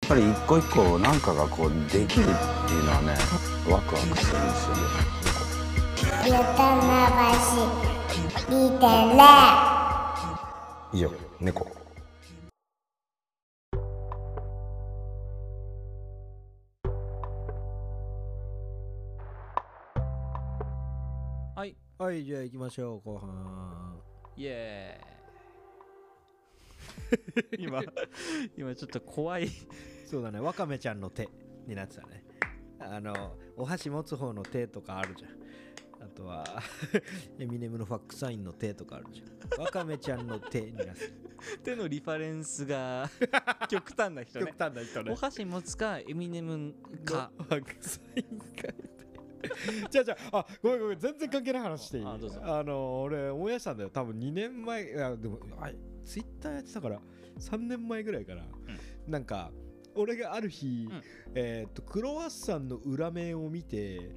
ぱり一個一個なんかがこうできるっていうのはね、ワクワクするんですよね。 ゆたまばし2.0 以上、猫。 はいはい、じゃあ行きましょう、後半。 イエーイ今ちょっと怖いそうだね、ワカメちゃんの手になってたね。お箸持つ方の手とかあるじゃん。あとはエミネムのファックサインの手とかあるじゃん。ワカメちゃんの手になって手のリファレンスが極端な人ね。 極端な人ね。 お箸持つかエミネムかファックサインかじゃあごめん全然関係ない話していい？ どうぞ。 俺思い出したんだよ。多分2年前、でもツイッターやってたから3年前ぐらいかな、なんか俺がある日、クロワッサンの裏面を見て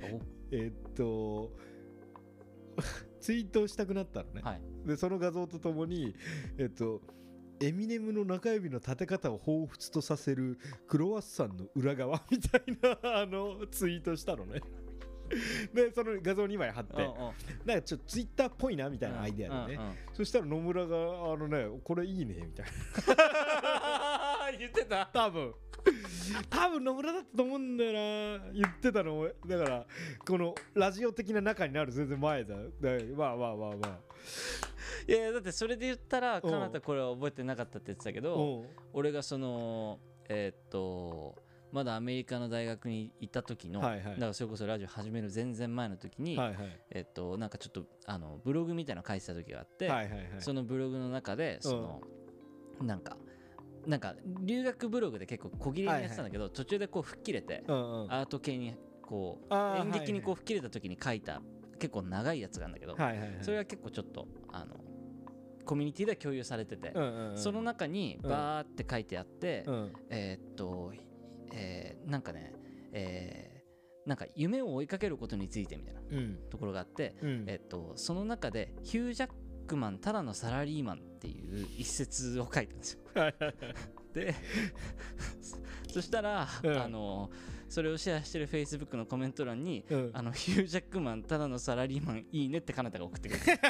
ツイートしたくなったのね、でその画像とともにエミネムの中指の立て方を彷彿とさせるクロワッサンの裏側みたいなツイートしたのねでその画像2枚貼ってなんかちょっとツイッターっぽいなみたいなアイデアでね、そしたら野村がこれいいねみたいな言ってた。 多分野村だったと思うんだよな、言ってたの。だからこのラジオ的な中になる全然前だ。まあいやだってそれで言ったらかなたこれは覚えてなかったって言ってたけど、俺がそのまだアメリカの大学に行った時の、だからそれこそラジオ始める全然前の時に、なんかちょっとブログみたいなの書いてた時があって、そのブログの中でその、なんか留学ブログで結構小切れにやってたんだけど、途中でこう吹っ切れて、アート系にこう演劇にこう吹っ切れた時に書いた結構長いやつがあるんだけど、それは結構ちょっとコミュニティで共有されてて、その中にバーって書いてあって、なんかね、なんか夢を追いかけることについてみたいなところがあって、その中でヒュー・ジャックマンただのサラリーマンっていう一節を書いたんですよでそしたら、それをシェアしてる Facebook のコメント欄に、ヒュー・ジャックマンただのサラリーマンいいねってかなたが送ってくれて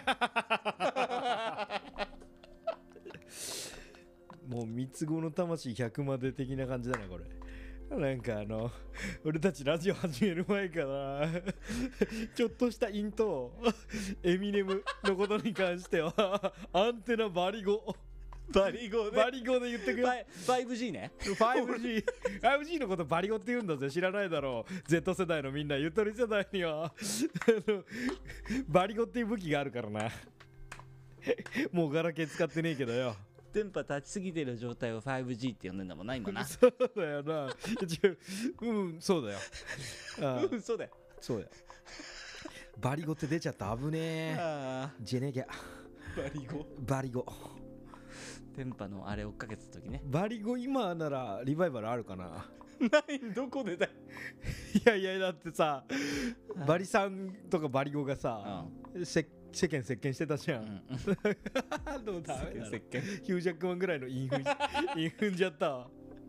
もう三つ子の魂100まで的な感じだなこれ。なんか俺たちラジオ始める前からちょっとしたイントエミネムのことに関してはアンテナバリゴで言ってくよ。 5G ね。 5G のことバリゴって言うんだぜ。知らないだろう Z 世代のみんな。ゆとり世代にはバリゴっていう武器があるからなもうガラケー使ってねえけどよ。 電波立ちすぎてる状態を 5G って呼んでんだもんな今な。 そうだよなそうだよそうだよ。 バリゴって出ちゃった危ねえ。ジェネギャバリゴ電波のあれ追っかけた時ね。 バリゴ今ならリバイバルあるかなどこでだよいやだってさバリさんとかバリゴがさ、世間席巻してたじゃん、どうだヒュージャックマンぐらいのインフンじゃったわ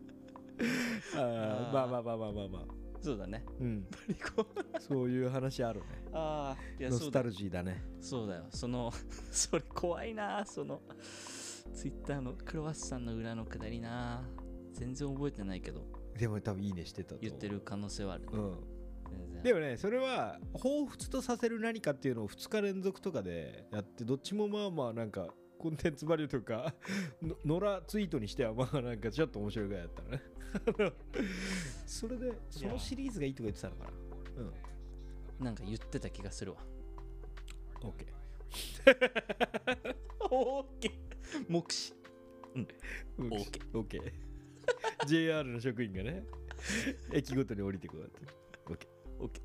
まあそうだね、 バリゴそういう話あるね。ノスタルジーだね。 そうだよ。それ怖いな。そのツイッターのクロワッサンの裏のくだりな。全然覚えてないけどでも多分いいねしてたと言ってる可能性はあるね。 でもねそれは彷彿とさせる何かっていうのを2日連続とかでやって、どっちもまあなんかコンテンツバリューとか野良ツイートにしてはまあなんかちょっと面白いぐらいだったねそれでそのシリーズがいいとか言ってたのかな。 なんか言ってた気がするわ。 OK 目視 OK JR の職員がね駅ごとに降りてこうやってOK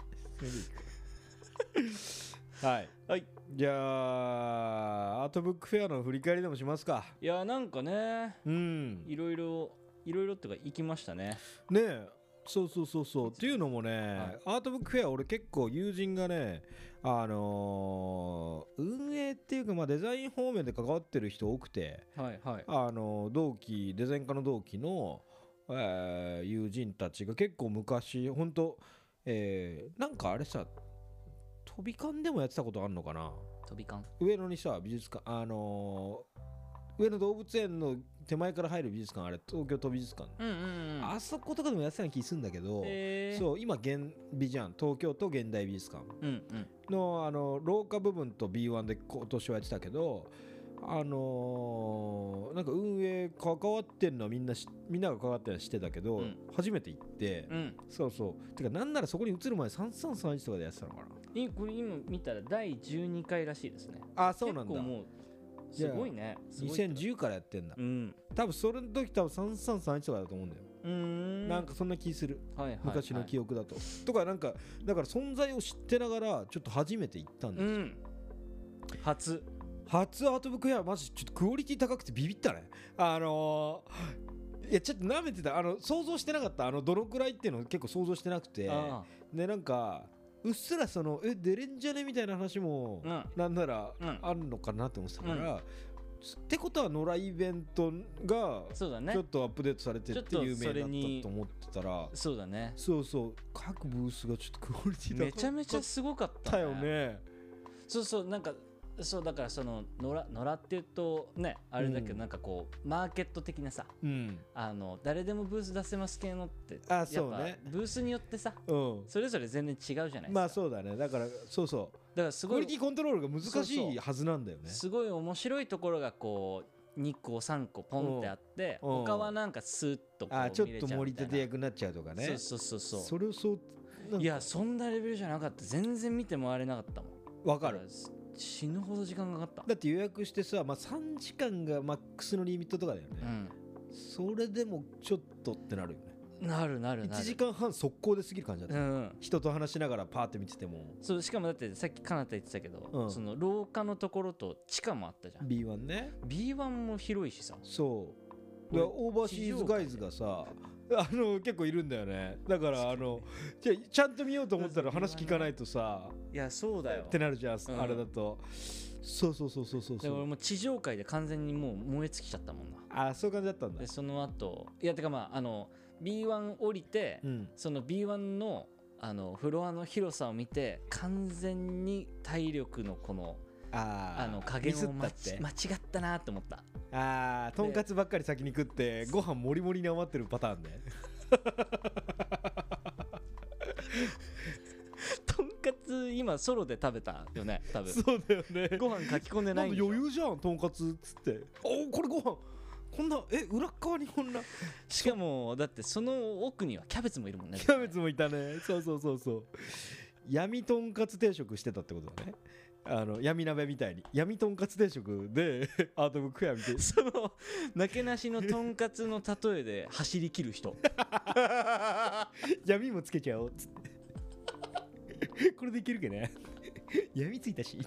はい、じゃあアートブックフェアの振り返りでもしますか。 いやなんかね、いろいろっていうか行きましたね。 ねえそうっていうのもね、アートブックフェア俺結構友人がね運営っていうかまあデザイン方面で関わってる人多くて、同期デザイン科の同期の友人たちが結構昔本当なんかあれさ飛び館でもやってたことあるのかな。 飛び館上野にさ美術館上野動物園の手前から入る美術館あれ東京都美術館、あそことかでもやってたような気するんだけど、そう今現美じゃん東京都現代美術館の、廊下部分と B1 で今年はやってたけどなんか運営関わってんのはみんなが関わってるのはしてたけど、初めて行って、そうそうてかなんならそこに移る前3331とかでやってたのかな。 これ今見たら第12回らしいですね。 あ、そうなんだ。 結構もうすごいね。 2010からやってんだ。多分それの時多分3331とかだと思うんだよ。なんかそんな気する、昔の記憶だと。とかなんかだから存在を知ってながらちょっと初めて行ったんですよ。初アートブックフェアマジちょっとクオリティ高くてビビったね。いやちょっと舐めてた。想像してなかった。どのくらいっていうの結構想像してなくて、でなんかうっすらその出れんじゃねみたいな話も、なんならあるのかなって思ってたから、ってことは野良イベントがちょっとアップデートされてって有名だったと思ってたら、 そうだね。 そうそう各ブースがちょっとクオリティ高かっためちゃめちゃすごかったよね。 そうそうなんかそうだからその野良っていうとねあれだけどなんかこうマーケット的なさ、誰でもブース出せます系のってやっぱブースによってさ、それぞれ全然違うじゃないですか。 まあそうだね。だからそうそうだからすごいクオリティコントロールが難しいはずなんだよね。 すごい面白いところがこう2個3個ポンってあって他はなんかスーッとこう見れちゃうみたいな。 ちょっと盛り立て役になっちゃうとかね。 そうそれをいやそんなレベルじゃなかった。全然見て回れなかったもん。 わかる。 死ぬほど時間がかかった。 だって予約してさ、3時間がマックスのリミットとかだよね、それでもちょっとってなるよね。なる1時間半速攻で過ぎる感じだった、人と話しながらパーって見てても。そうしかもだってさっきかなた言ってたけど、その廊下のところと地下もあったじゃん。 B1 ね。 B1 も広いしさ。そうオーバーシーズガイズがさ結構いるんだよね。だからちゃんと見ようと思ったら話聞かないとさ、いやそうだよってなるじゃん、あれだと。そうで俺も地上階で完全にもう燃え尽きちゃったもんな。あ、そういう感じだったんだ。でその後いやてかB1 降りて、その B1 のフロアの広さを見て完全に体力のこの加減を間違ったなって思った。とんかつばっかり先に食ってご飯もりもりに余ってるパターンね。 とんかつ今ソロで食べたよね多分。 そうだよね。 ご飯書き込んでないんでしょ。 余裕じゃんとんかつっつって。これご飯こんな裏側にこんな。 しかもだってその奥にはキャベツもいるもんね。 キャベツもいたね。そう闇とんかつ定食してたってことだね。闇鍋みたいに闇とんかつ定食でアートブックフェア見て、 そのなけなしのとんかつの例えで走り切る人。 闇もつけちゃおうっつってこれでいけるけね。闇ついたし。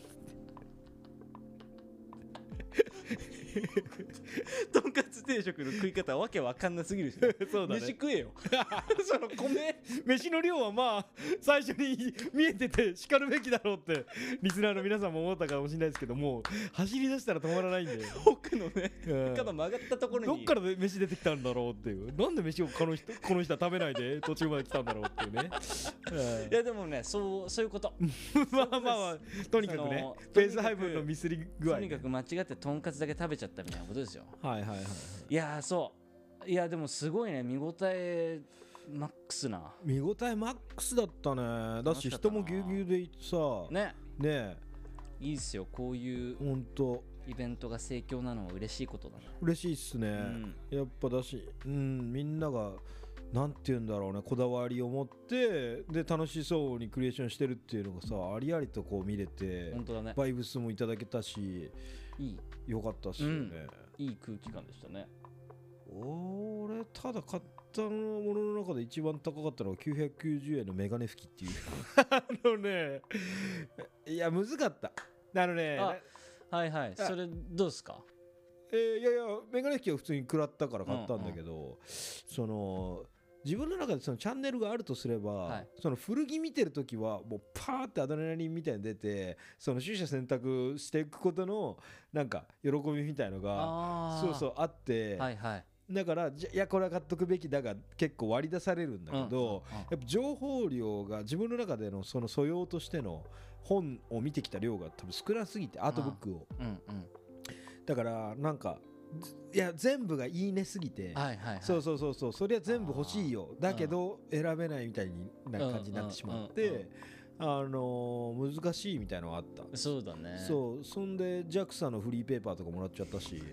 とんかつ定食の食い方わけわかんなすぎるし、ね、そうだね。飯食えよ。その飯の量は最初に見えててしかるべきだろうってリスナーの皆さんも思ったかもしれないですけども、走り出したら止まらないんで、 奥のね角曲がったところにどっから飯出てきたんだろうっていう、なんで飯をこの人は食べないで途中まで来たんだろうっていうね。 いやでもねそういうこと。 まあとにかくねペース配分のミスり具合、 とにかく間違ってとんかつだけ食べちゃったみたいなことですよ。 いやそういやでもすごいね、見応えマックスな。 見応えマックスだったね。だし人もぎゅうぎゅうでいてさねいいっすよ、こういう本当イベントが盛況なのは嬉しいことだな。 嬉しいっすね、やっぱだし、みんながなんて言うんだろうね、こだわりを持ってで楽しそうにクリエーションしてるっていうのがさ、ありありとこう見れて、 本当だね、 バイブスもいただけたし、よかったっすよね、 いい空気感でしたね。 俺ただ買ったものの中で一番高かったのは990円のメガネ拭きっていういやむずかった。 はいそれどうですか。 いやメガネ拭きは普通に食らったから買ったんだけど、その自分の中でそのチャンネルがあるとすれば、その古着見てるときはもうパーってアドレナリンみたいに出て、その取捨選択していくことのなんか喜びみたいのがそうあって、 だからいやこれは買っとくべきだが結構割り出されるんだけど、やっぱ情報量が自分の中でのその素養としての本を見てきた量が多分少なすぎて、アートブックを、だからなんかいや全部がいいねすぎて、そうそりゃ全部欲しいよだけど選べないみたいな感じになってしまって、難しいみたいなのがあった。 そうだね。 そんで JAXA のフリーペーパーとかもらっちゃったし、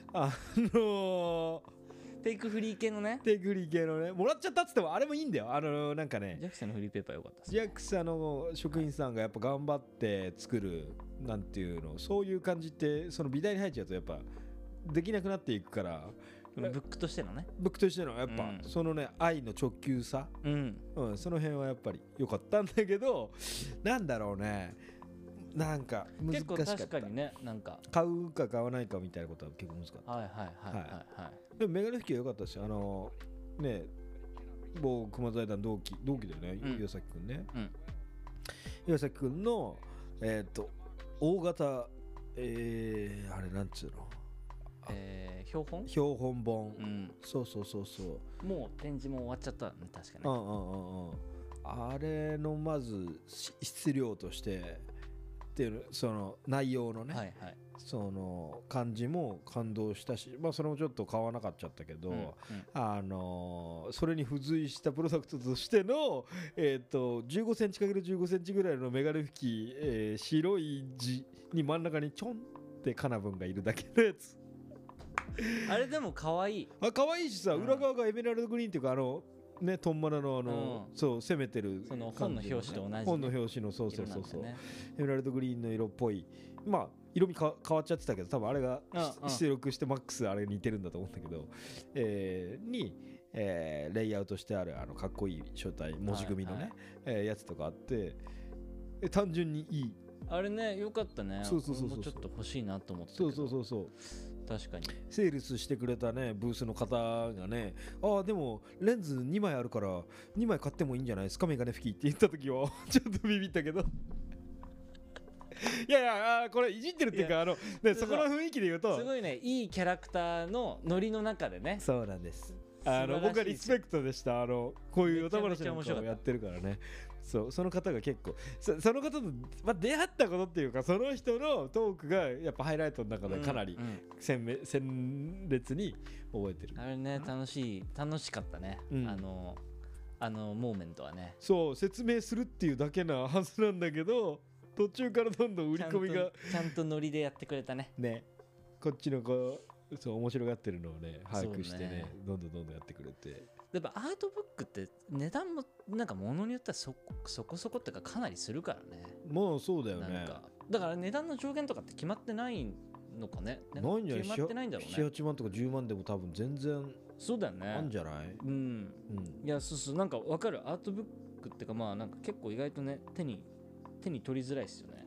テイクフリー系のねもらっちゃったっつってもあれもいいんだよ。なんかね JAXA のフリーペーパーよかったっす。 JAXA の職員さんがやっぱ頑張って作るなんていうの、そういう感じってその美大に入っちゃうとやっぱできなくなっていくから、 ブックとしてのやっぱ、そのね愛の直球さ、その辺はやっぱり良かったんだけど、なんだろうね、なんか難しかった。 結構確かにね、なんか買うか買わないかみたいなことは結構難かった。でもメガネ拭きは良かったですよ。ね、某熊財団同期だよね、岩崎くんね。岩崎くんの大型あれなんつうの、標本本、そうもう展示も終わっちゃったね、確かに。 あれのまず質量としてっていうその内容のね、その感じも感動したし、それもちょっと買わなかったけど、それに付随したプロダクトとしての15センチ ×15 センチぐらいのメガネ拭き、白い字に真ん中にちょんってカナブンがいるだけのやつ。 あれでも可愛い。 可愛いしさ、裏側がエメラルドグリーンっていうかね、トンマナのそう攻めてるその本の表紙と同じ、 本の表紙のそうエメラルドグリーンの色っぽい、色味変わっちゃってたけど多分あれが出力してマックスあれに似てるんだと思うんだけど、レイアウトしてあるかっこいい書体文字組みのね、やつとかあって単純にいい。 あれね、よかったね。もうちょっと欲しいなと思ってたけど。そう確かにセールスしてくれたねブースの方がね、でもレンズ2枚あるから2枚買ってもいいんじゃないですかメガネ拭きって言った時はちょっとビビったけどいやこれいじってるっていうかそこの雰囲気で言うとすごいね、いいキャラクターのノリの中でね。 そうなんです。僕はリスペクトでした。こういうおたまらしのことをやってるからね。その方が結構その方と、出会ったことっていうかその人のトークがやっぱハイライトの中でかなり鮮烈に覚えてる。 あれね、楽しかったね、モーメントはね。 そう説明するっていうだけなはずなんだけど途中からどんどん売り込みがちゃんとノリでやってくれたね。 こっちの面白がってるのをね把握してね、どんどんやってくれて。 やっぱアートブックって値段もなんか物によってはそこそこっていうかかなりするからね。 そうだよね。 だから値段の上限とかって決まってないのかね。 ないんじゃない？ 決まってないんだろうね。 7、8万とか10万でも多分全然そうだよね。 あんじゃない？ いやそうなんか分かる。アートブックっていうかなんか結構意外とね手に取りづらいですよね。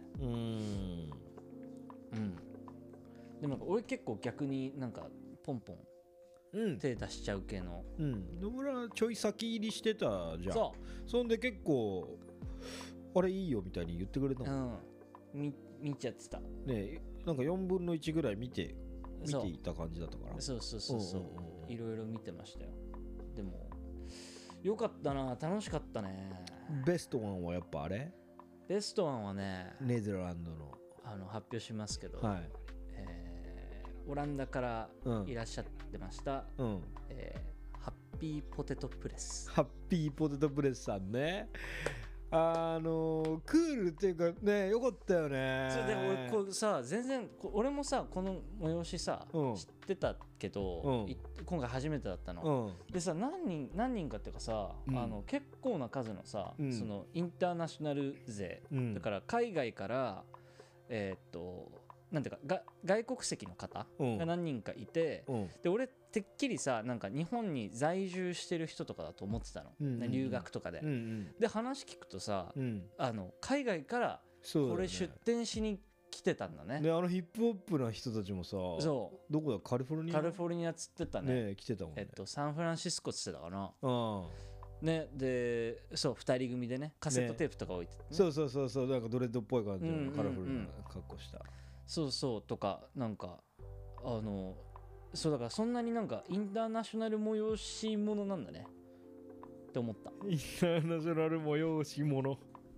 でもなんか俺結構逆になんかポンポン手出しちゃう系の。 野村ちょい先入りしてたじゃん。そんで結構あれいいよみたいに言ってくれたもん。 見ちゃってたね。なんか4分の1ぐらい見ていた感じだったから。 そういろいろ見てましたよ。でもよかったな、楽しかったね。 ベストワンはやっぱあれ？ベストワンはね、 ネザーランドの発表しますけど、オランダからいらっしゃってました、ハッピーポテトプレス。 ハッピーポテトプレスさんね。クールっていうかね、よかったよね。 それで俺こうさ、全然俺もさこの催しさ、知ってたけど、今回初めてだったの、でさ何人かっていうかさ、結構な数のさ、そのインターナショナル勢、だから海外からなんていうか外国籍の方が何人かいて、で俺てっきりさなんか日本に在住してる人とかだと思ってたの、留学とかで、で話聞くとさ、海外からこれ出店しに来てたんだね。 でヒップホップな人たちもさ、どこだ、カリフォルニアつってたね。来てたもんね。サンフランシスコつってたかな。ね、でそう2人組でねカセットテープとか置いてて、そうなんかドレッドっぽい感じのカラフルな格好した、 そうとかなんかそうだからそんなになんかインターナショナル催し物なんだねって思った。 インターナショナル催し物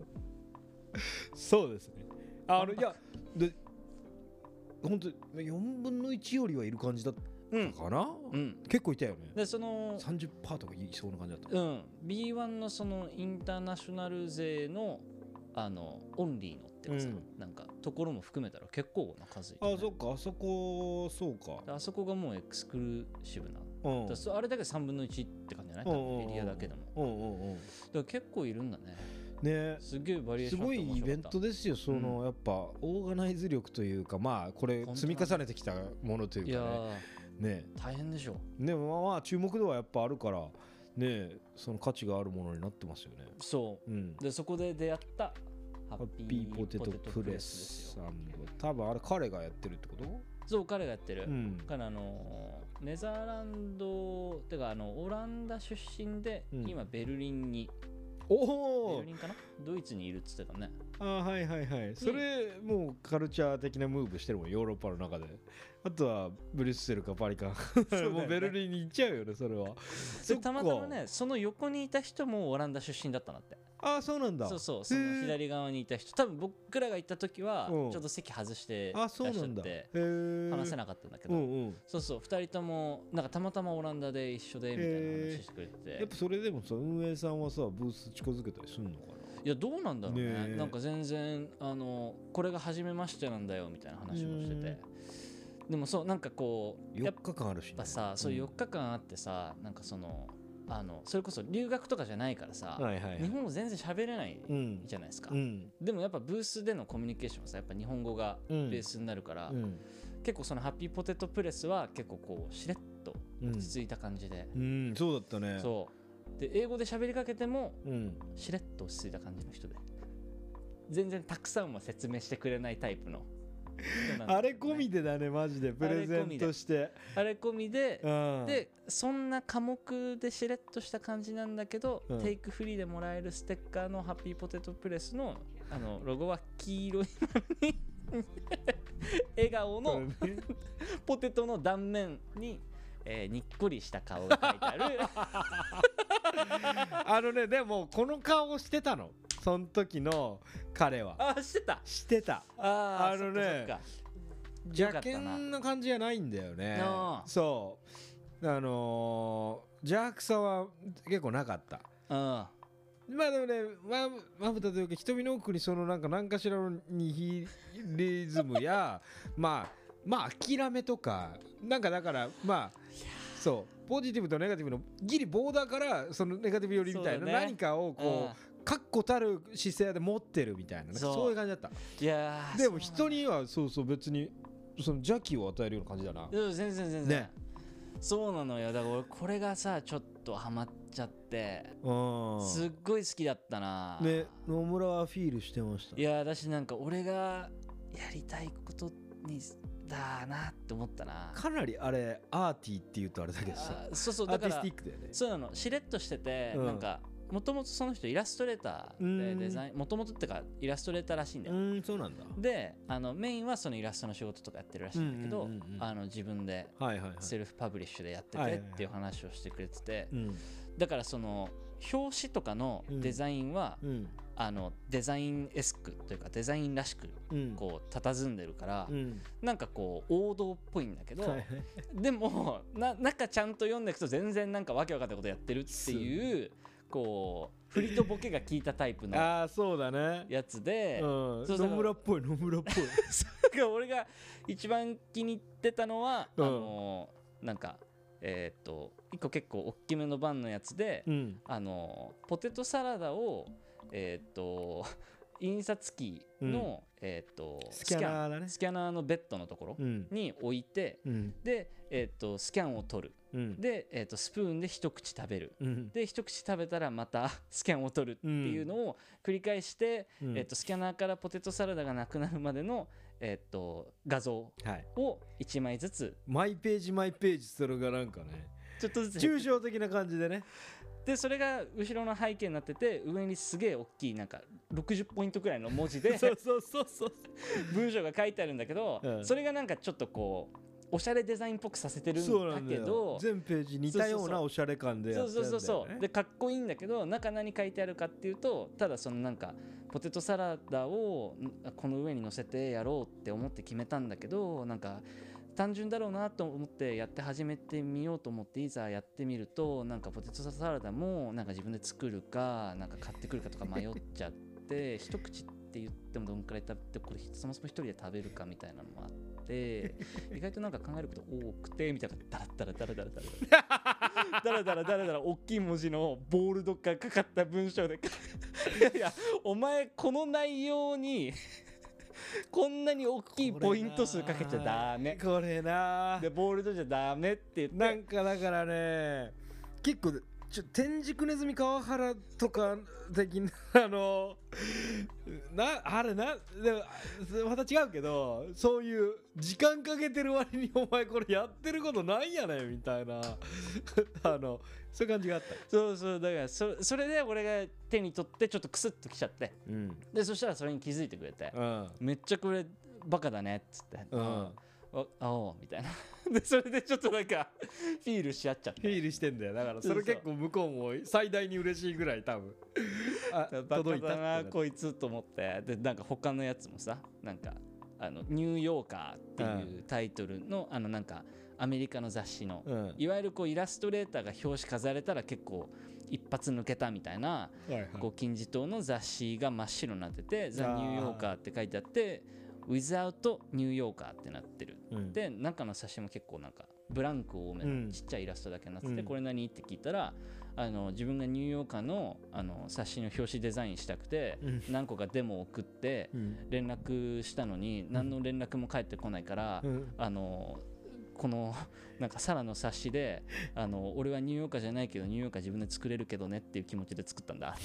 そうですね。いやで本当4分の1よりはいる感じだったかな、うん、結構いたよね。 でその 30% とかいそうな感じだった。 うん B1 のそのインターナショナル勢のオンリーのっていうかさ、なんかところも含めたら結構な数いた、ね、 そっか、あそこそうか、 あそこがもうエクスクルーシブな、あれだけで3分の1って感じじゃない？エリアだけでも、だから結構いるんだね。 ね、 すげえバリエーションすごいイベントですよ。その、やっぱオーガナイズ力というか、まあこれ積み重ねてきたものというかね、 大変でしょ。 でもまあ注目度はやっぱあるからね、その価値があるものになってますよね。 そう、でそこで出会ったハッピーポテトプレスさん、 多分あれ彼がやってるってこと？ そう、彼がやってる、からネザーランドてかオランダ出身で、今ベルリンに、ベルリンかな、ドイツにいるっつってたね。 はいはいはい。それもうカルチャー的なムーブしてるもん、ヨーロッパの中で。あとはブリュッセルかパリかもうベルリンに行っちゃうよね、それは。 たまたまね、その横にいた人もオランダ出身だったなって。 そうなんだ。 そうそう、その左側にいた人、多分僕らが行った時はちょっと席外してらっしゃって話せなかったんだけど、そうそう、2人ともなんかたまたまオランダで一緒でみたいな話してくれて。 やっぱそれでもさ、運営さんはさブース近づけたりするのかな。 いや、どうなんだろうね。なんか全然これが初めましてなんだよみたいな話もしてて、でもそう、なんかこう 4日間あるし、ね、 やっぱさ、そう4日間あってさ、なんかそのそれこそ留学とかじゃないからさ、日本語全然喋れないじゃないですか、でもやっぱブースでのコミュニケーションはさ、やっぱ日本語がベースになるから、結構そのハッピーポテトプレスは結構こうしれっと落ち着いた感じで、 そうだったね。 そうで、英語で喋りかけても、しれっと落ち着いた感じの人で、全然たくさんは説明してくれないタイプのあれ込みでだね、マジでプレゼントして、 あれ込みで、でそんな科目でしれっとした感じなんだけど、テイクフリーでもらえるステッカーのハッピーポテトプレスのロゴは黄色いのに笑顔のポテトの断面に、にっこりした顔が書いてあるでもこの顔してたの、その時の彼は。してた。邪険な感じじゃないんだよね。そう邪悪さは結構なかった。まあでもね、まぶたというか瞳の奥にその何かしらのニヒリズムやまあ諦めとか、なんかだからそうポジティブとネガティブのギリボーダーからそのネガティブ寄りみたいな、何かをこう確固たる姿勢で持ってるみたいな、そういう感じだった。 いやでも人にはそう別にその邪気を与えるような感じだな。 全然ね、そうなのよ。だから俺これがさちょっとハマっちゃって、すっごい好きだったな。 ね、野村はフィールしてました。 いや私なんか俺がやりたいことにだなって思ったな。 かなりあれアーティーっていうとあれだけどさ、 そうだからアーティスティックだよね。 そうなの、しれっとしてて、なんかもともとその人イラストレーターでデザイン、もともとってかイラストレーターらしいんだよ。 そうなんだ。 でメインはそのイラストの仕事とかやってるらしいんだけど、自分でセルフパブリッシュでやっててっていう話をしてくれてて、だからその表紙とかのデザインは、デザインエスクというかデザインらしくこう佇んでるから、なんかこう王道っぽいんだけど、でも中ちゃんと読んでいくと全然なんかわけわかんないことやってるっていう、こう振りとボケが効いたタイプのやつで、 野村っぽい俺が一番気に入ってたのは、なんか一個結構大きめの版のやつで、ポテトサラダを印刷機の、スキャナーのベッドのところに置いて、で、スキャンを取る、で、スプーンで一口食べる、で一口食べたらまたスキャンを取るっていうのを繰り返して、スキャナーからポテトサラダがなくなるまでの、画像を1枚ずつ、 マイページそれがなんかねちょっとずつ抽象的な感じでね。 でそれが後ろの背景になってて、上にすげえ大きいなんか60ポイントくらいの文字で文章が書いてあるんだけど、それがなんかちょっとこうおしゃれデザインっぽくさせてるんだけど、 全ページ似たようなおしゃれ感でやってるんだよね。 そうでかっこいいんだけど、中何書いてあるかっていうと、ただそのなんかポテトサラダをこの上に乗せてやろうって思って決めたんだけど、なんか単純だろうなと思ってやって始めてみようと思って、いざやってみると、なんかポテトサラダもなんか自分で作るかなんか買ってくるかとか迷っちゃって一口って言ってもどんくらい食べて、これそもそも一人で食べるかみたいなのもあって意外となんか考えること多くてみたいな、ダラダラ大きい文字のボールドがかかった文章でいやお前この内容にこんなに大きいポイント数かけちゃダメ、 これなでボールドじゃダメって言って、 なんかだからね、結構天竺ネズミ川原とか的なあれな、でもまた違うけど、そういう時間かけてる割にお前これやってることないやねんみたいなそういう感じがあった。 そうだからそれで俺が手に取ってちょっとクスッときちゃって、でそしたらそれに気づいてくれて、めっちゃこれバカだねっつって、あおみたいなでそれでちょっとなんかフィールし合っちゃって、 フィールしてんだよ。だからそれ結構向こうも最大に嬉しいぐらい多分届いたなこいつと思って、でなんか他のやつもさ、なんかニューヨーカーっていうタイトルのなんかアメリカの雑誌の、いわゆるこうイラストレーターが表紙飾れたら結構一発抜けたみたいな、こう金字塔の雑誌が真っ白になってて、ザ・ニューヨーカーって書いてあって、Without ニューヨーカーってなってる、で中の冊子も結構なんかブランク多めのちっちゃいイラストだけになってて、これ何って聞いたら、自分がニューヨーカーの冊子の表紙デザインしたくて、何個かデモを送って連絡したのに何の連絡も返ってこないから、このなんかサラの冊子で俺はニューヨーカーじゃないけどニューヨーカー自分で作れるけどねっていう気持ちで作ったんだ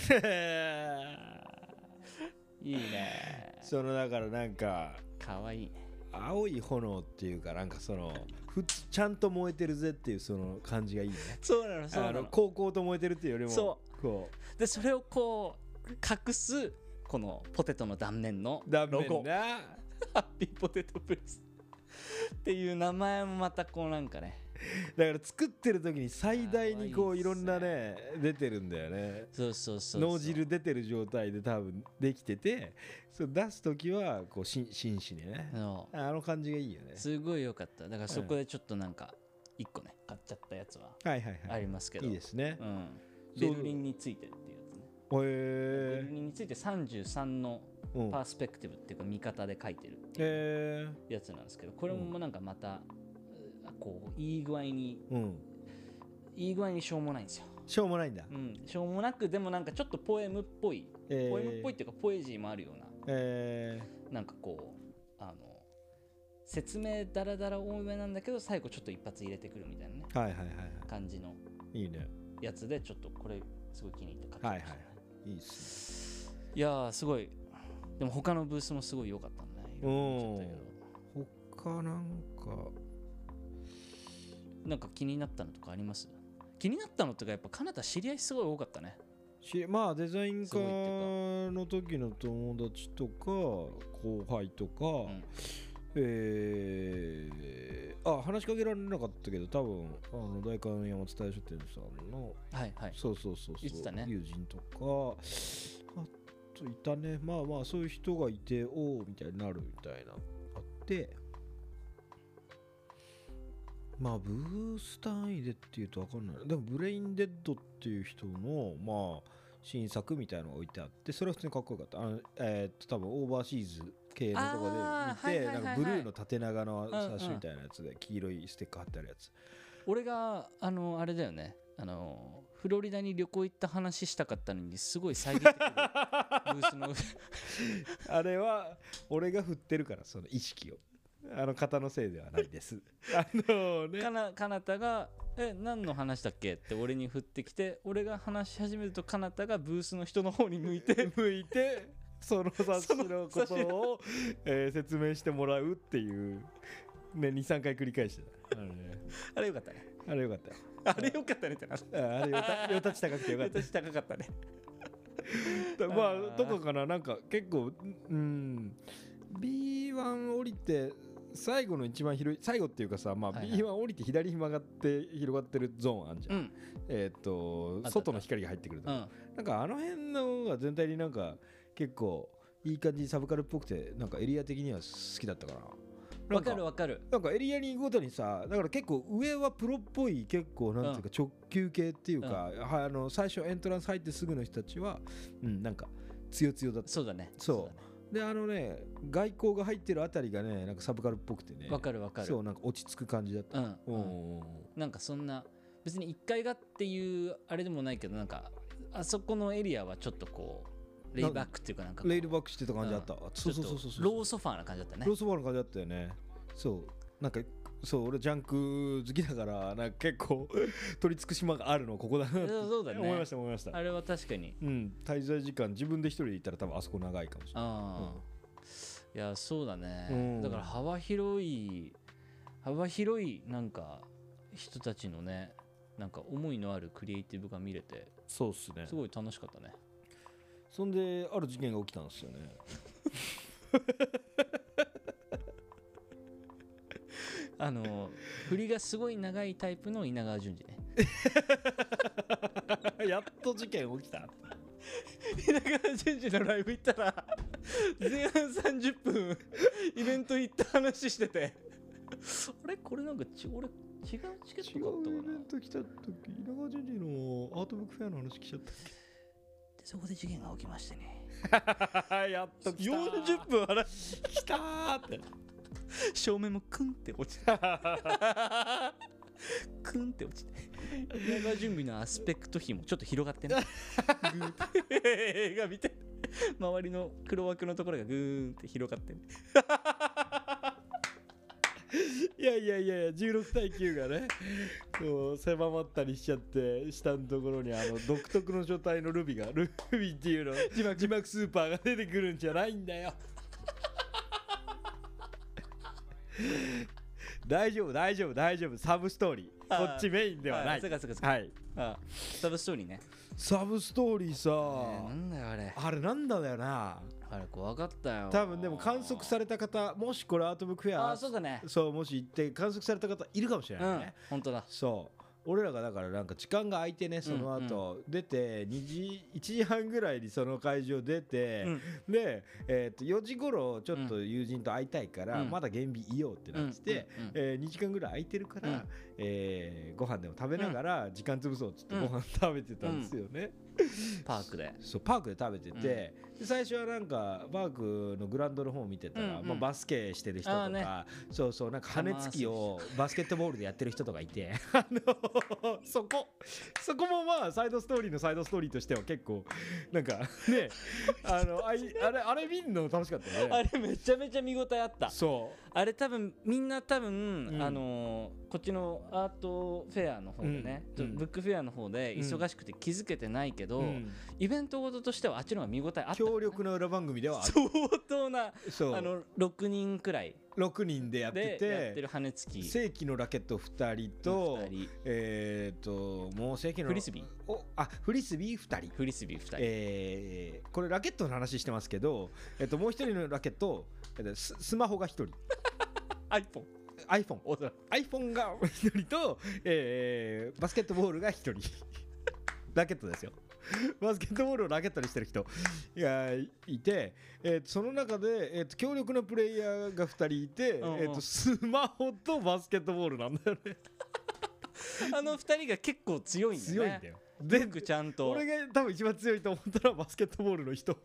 いいね。 そのだからなんかかわいいね。 青い炎っていうか、なんかそのちゃんと燃えてるぜっていうその感じがいいね。 そうなの高校と燃えてるっていうよりも、 そうこうでそれをこう隠すこのポテトの断面のロゴハッピーポテトプレスっていう名前もまたこうなんかね、 だから作ってる時に最大にこういろんなね出てるんだよね。 そう脳汁出てる状態で多分できてて、そう出す時はこう真摯にね、感じがいいよね。 すごい良かった。だからそこでちょっとなんか1個ね買っちゃったやつはありますけど、 いいですね。 ベルリンについてっていうやつね。ベルリンについて33のパースペクティブっていうか見方で書いてるっていうやつなんですけど、これもなんかまたこういい具合にしょうもないんですよ。 しょうもないんだ。 しょうもなく、でもなんかちょっとポエムっぽい、ポエムっぽいっていうかポエジーもあるような、なんかこう説明ダラダラ多めなんだけど最後ちょっと一発入れてくるみたいなね、感じのやつで、ちょっとこれすごい気に入って買ってましたね。 いいっすね。 いやーすごい。でも他のブースもすごい良かったんだね。 他なんか気になったのとかあります？気になったのとかやっぱカナダ知り合いすごい多かったね。 まあデザイン科の時の友達とか後輩とか、話しかけられなかったけど多分大観山津大書店さんのそう言ってたね、 友人とかあといたね。まあそういう人がいておみたいになるみたいなあって、まあブース単位でっていうと分かんない。でもブレインデッドっていう人のまあ新作みたいなのが置いてあって、それは普通にかっこよかった。多分オーバーシーズ系のとこで見て、なんかブルーの縦長の冊子みたいなやつで黄色いステッカー貼ってあるやつ。 俺があれだよね、フロリダに旅行行った話したかったのにすごい遮ってくるブースのあれは俺が振ってるから、その意識を方のせいではないですかなたが何の話だっけって俺に振ってきて、俺が話し始めるとかなたがブースの人の方に向いてその冊子のことを説明してもらうっていうね、 2,3 回繰り返してた。 あれよかったね。 あれよかったよ。 あれよかったねってな。 あれよたち高くてよかった。 よたち高かったね。 まあとかかな。なんか結構B1 降りて最後の一番広い、最後っていうかさ、まあ、右は降りて左に曲がって広がってるゾーンあるじゃん、外の光が入ってくると、なんかあの辺のが全体になんか結構いい感じにサブカルっぽくて、なんかエリア的には好きだったかな。 わかるわかる。 なんかエリアに行くごとにさ、だから結構上はプロっぽい、結構なんていうか直球系っていうか、最初エントランス入ってすぐの人たちは、なんか強強だった。 そうだね。 そうで外光が入ってるあたりがね、なんかサブカルっぽくてね。 わかるわかる。 そう、なんか落ち着く感じだった。 なんかそんな別に1階がっていうあれでもないけど、なんかあそこのエリアはちょっとこうレイバックっていうか、なんかレイルバックしてた感じだった。そうローソファーな感じだったね。 ローソファーな感じだったよね。そうなんかそう俺ジャンク好きだから、なんか結構取り付く島があるのここだなってそうだね、 思いました。 あれは確かに、 滞在時間自分で一人で行ったら多分あそこ長いかもしれない。 いやそうだね、だから幅広いなんか人たちのね、なんか思いのあるクリエイティブが見れて、 そうっすね、 すごい楽しかったね。 そんである事件が起きたんですよね振りがすごい長いタイプの稲川淳二ねやっと事件起きた稲川淳二のライブ行ったら前半30分イベント行った話しててあれこれなんか俺違うチケット買ったかな。 違うイベント来た時、稲川淳二のアートブックフェアの話来ちゃったっけ。 でそこで事件が起きましてねやっと来た 40分話来たーって照明もクンって落ちてクンって落ちて稲川準備のアスペクト比もちょっと広がってねグーって映画見て周りの黒枠のところがグーンって広がってねいや16対9がねこう狭まったりしちゃって、下のところに独特の状態のルビーっていうの字幕スーパーが出てくるんじゃないんだよ大丈夫サブストーリー、こっちメインではない。 そうかはいサブストーリーね。 サブストーリーさ、 なんだよあれなんだよな。 あれ怖かったよ。 多分でも観測された方、もしこれアートブックフェア、 そうだね、 そうもし行って観測された方いるかもしれないね。 本当だ。 そう俺らがだからなんか時間が空いてね、その後出て1時半ぐらいにその会場出て、で4時頃ちょっと友人と会いたいからまだ現備いようってなってて、2時間ぐらい空いてるからご飯でも食べながら時間潰そうっつってご飯食べてたんですよね。 パークで食べてて、で最初はなんかパークのグラウンドの方を見てたら、バスケしてる人とか、そうなんか羽根つきをバスケットボールでやってる人とかいてそこもまあサイドストーリーのサイドストーリーとしては結構なんかねあれ見るの楽しかったよね。 あれめちゃめちゃ見応えあった。 そうあれみんなこっちのアートフェアの方でね、ブックフェアの方で忙しくて気づけてないけど、イベントごととしてはあっちの方が見応えあった、 強力な裏番組ではある。 相当な6人くらい 6人でやってて、 やってる羽根つき正規のラケット2人ともう正規のフリスビーフリスビー2人、これラケットの話してますけど、もう一人のラケットスマホが1人iPhone が1人と、バスケットボールが1人ラケットですよ。バスケットボールをラケットにしてる人がいて、その中で、強力なプレイヤーが2人いて、スマホとバスケットボールなんだよね 2人が結構強いんだよね。 強いんだよ。 でちゃんと俺が多分一番強いと思ったらバスケットボールの人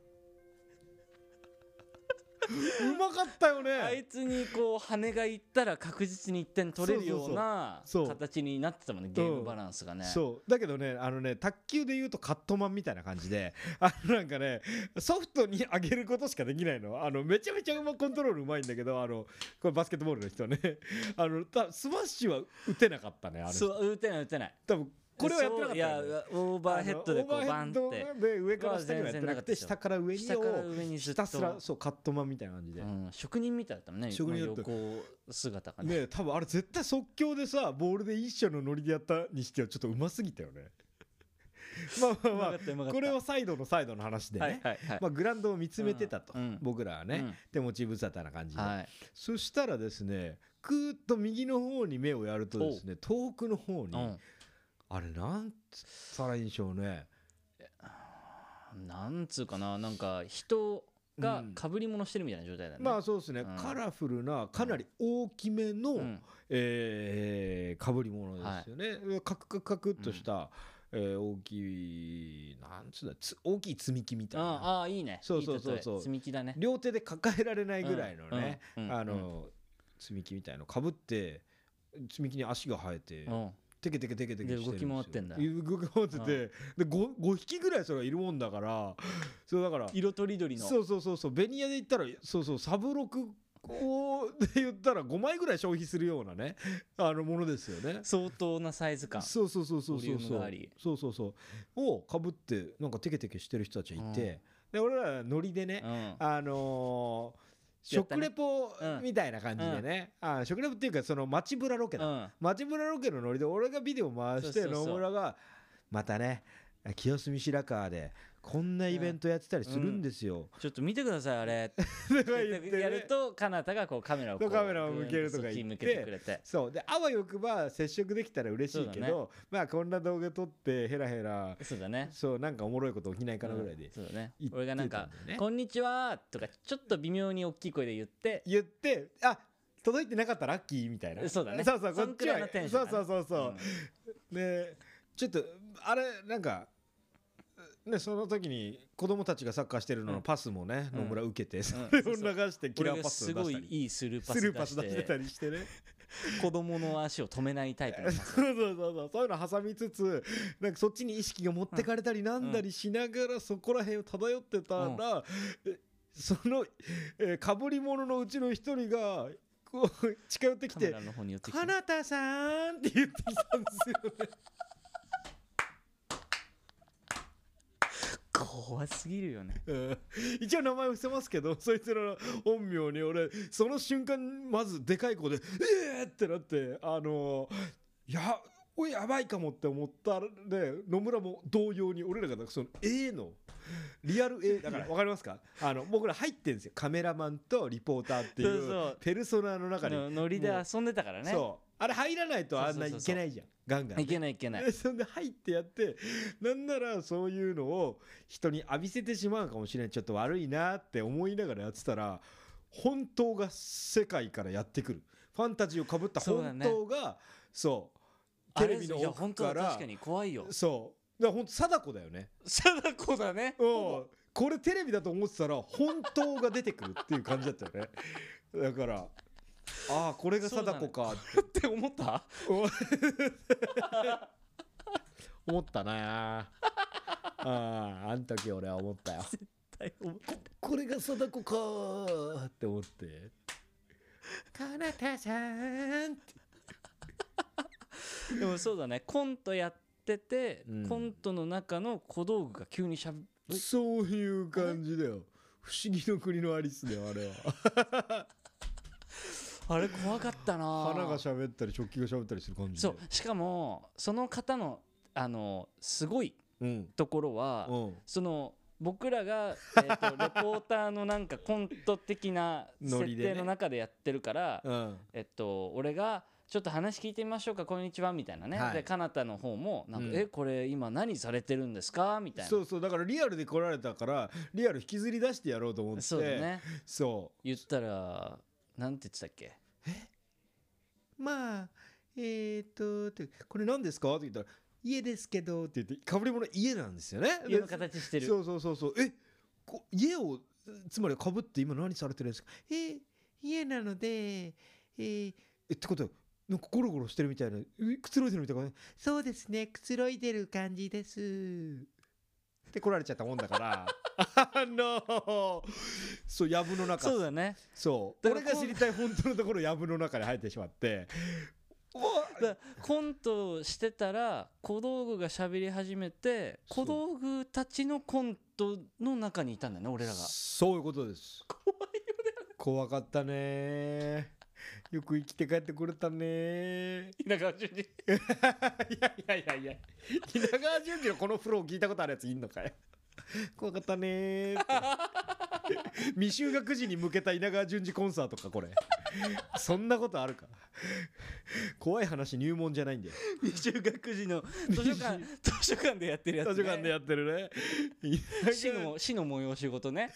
うまかったよね。 あいつにこう羽がいったら確実に1点取れるような形になってたもんね、ゲームバランスがね。 そうだけどね、卓球でいうとカットマンみたいな感じで、なんかねソフトに上げることしかできないの。めちゃめちゃコントロールうまいんだけど、これバスケットボールの人ねスマッシュは打てなかったね。 そう打てない多分これはやってなかったよね。 いやオーバーヘッドでこうバンってで上から下にはやってなくて、下から上にをひたすらそうカットマンみたいな感じで、 職人みたいだったもんね。 職人だった横姿がね。 多分あれ絶対即興でさボールで一緒のノリでやったにしてはちょっとうますぎたよね。 これはサイドの話でね、グラウンドを見つめてたと、僕らはね、手持ち無沙汰な感じで、そしたらですね、くーっと右の方に目をやるとですね、遠くの方に、あれなんつったらいいんでしょうね、 なんつうかな、なんか人がかぶり物してるみたいな状態だね。 まあそうですね、カラフルなかなり大きめのかぶり物ですよね。カクカクっとした大きいなんつうんだ、大きい積み木みたいな。 ああいいね。 そう積み木だね。 両手で抱えられないぐらいのね、積み木みたいのかぶって、積み木に足が生えて。テケテケしてるんですよ。 動き回ってんだ。 動き回ってて、で 5匹ぐらいそれがいるもんだから、そうだから色とりどりの、 そうベニヤで言ったらサブロクで言ったら5枚ぐらい消費するようなねものですよね。 相当なサイズ感、ボリュームがあり、 をかぶってなんかテケテケしてる人たちがいて、で俺らノリでね、食レポみたいな感じでね、食レポっていうかその街ブラロケだ、街ブラロケのノリで俺がビデオ回して、野村がまたね清澄白河でこんなイベントやってたりするんですよ、 ちょっと見てくださいあれやるとかなたがこうカメラを向けるとか言ってそうで、あわよくば接触できたら嬉しいけど、まあこんな動画撮ってヘラヘラ、 そうだね、 そうなんかおもろいこと起きないかなぐらいで、 そうだね、俺がなんか「こんにちは」とかちょっと微妙に大きい声で言ってあ届いてなかったらラッキーみたいな、 そうだね、 こっちはそうでちょっとあれなんかね、その時に子供たちがサッカーしてるののパスもね、野村受けてそれを流してキラーパスを出したり、 すごいいいスルーパス出してたりしてね子供の足を止めないタイプのパスそういうの挟みつつ、なんかそっちに意識が持ってかれたりなんだりしながらそこら辺を漂ってたら、そのかぶり物のうちの一人がこう近寄ってきて「かなたさん」って言ってきたんですよね怖すぎるよね、 一応名前伏せますけど、そいつらの本名に俺その瞬間まずでかい声でってなって、やばいかもって思ったで、野村も同様に俺らがそののリアルだから分かりますか、僕ら入ってるんですよ、カメラマンとリポーターっていうペルソナの中にノリで遊んでたからね。 そうあれ入らないとあんないけないじゃん、ガンガン、ね、 いけないそんで入ってやって、なんならそういうのを人に浴びせてしまうかもしれない、ちょっと悪いなって思いながらやってたら、本当が世界からやってくる、ファンタジーをかぶった本当がそうテレビの奥から、 確かに怖いよ、 そうだから本当貞子だよね、 貞子だね、 これテレビだと思ってたら本当が出てくるっていう感じだったよねだからこれが貞子かって思った思ったなあん時俺は思ったよ、絶対思った、これが貞子かって思ってかなたさんってでもそうだね、コントやってて、コントの中の小道具が急にそういう感じだよ、不思議の国のアリスだよあれはあれ怖かったな、 花が喋ったり食器が喋ったりする感じで、 そうしかもその方のすごいところは、その僕らが、レポーターのなんかコント的な設定の中でやってるから、俺がちょっと話聞いてみましょうかこんにちはみたいなね、でかなたの方もなんか、これ今何されてるんですかみたいな、 そうだからリアルで来られたからリアル引きずり出してやろうと思って、 そうだね、 言ったらなんて言ってたっけ、 まあこれ何ですかって言ったら家ですけどって言って、かぶり物家なんですよね、 家の形してる、 そう家をつまりかぶって今何されてるんですか、家なのでってことはなんかゴロゴロしてるみたいな、くつろいでるみたいな、そうですねくつろいでる感じですって来られちゃったもんだからそうやぶの中、 そうだね、 俺が知りたい本当のところやぶの中に入ってしまってコントしてたら小道具が喋り始めて、小道具たちのコントの中にいたんだよね俺らが、 そういうことです、怖いよね、怖かったねよく生きて帰ってこれたね。 稲川淳二。 いや稲川淳二のこのフロー聞いたことあるやついんのかよ。怖かったねって未就学児に向けた稲川淳二コンサートかこれ。そんなことあるか。怖い話入門じゃないんだよ。 未就学児の図書館でやってるやつ、ね、 図書館でやってるね。 市の催し事ね。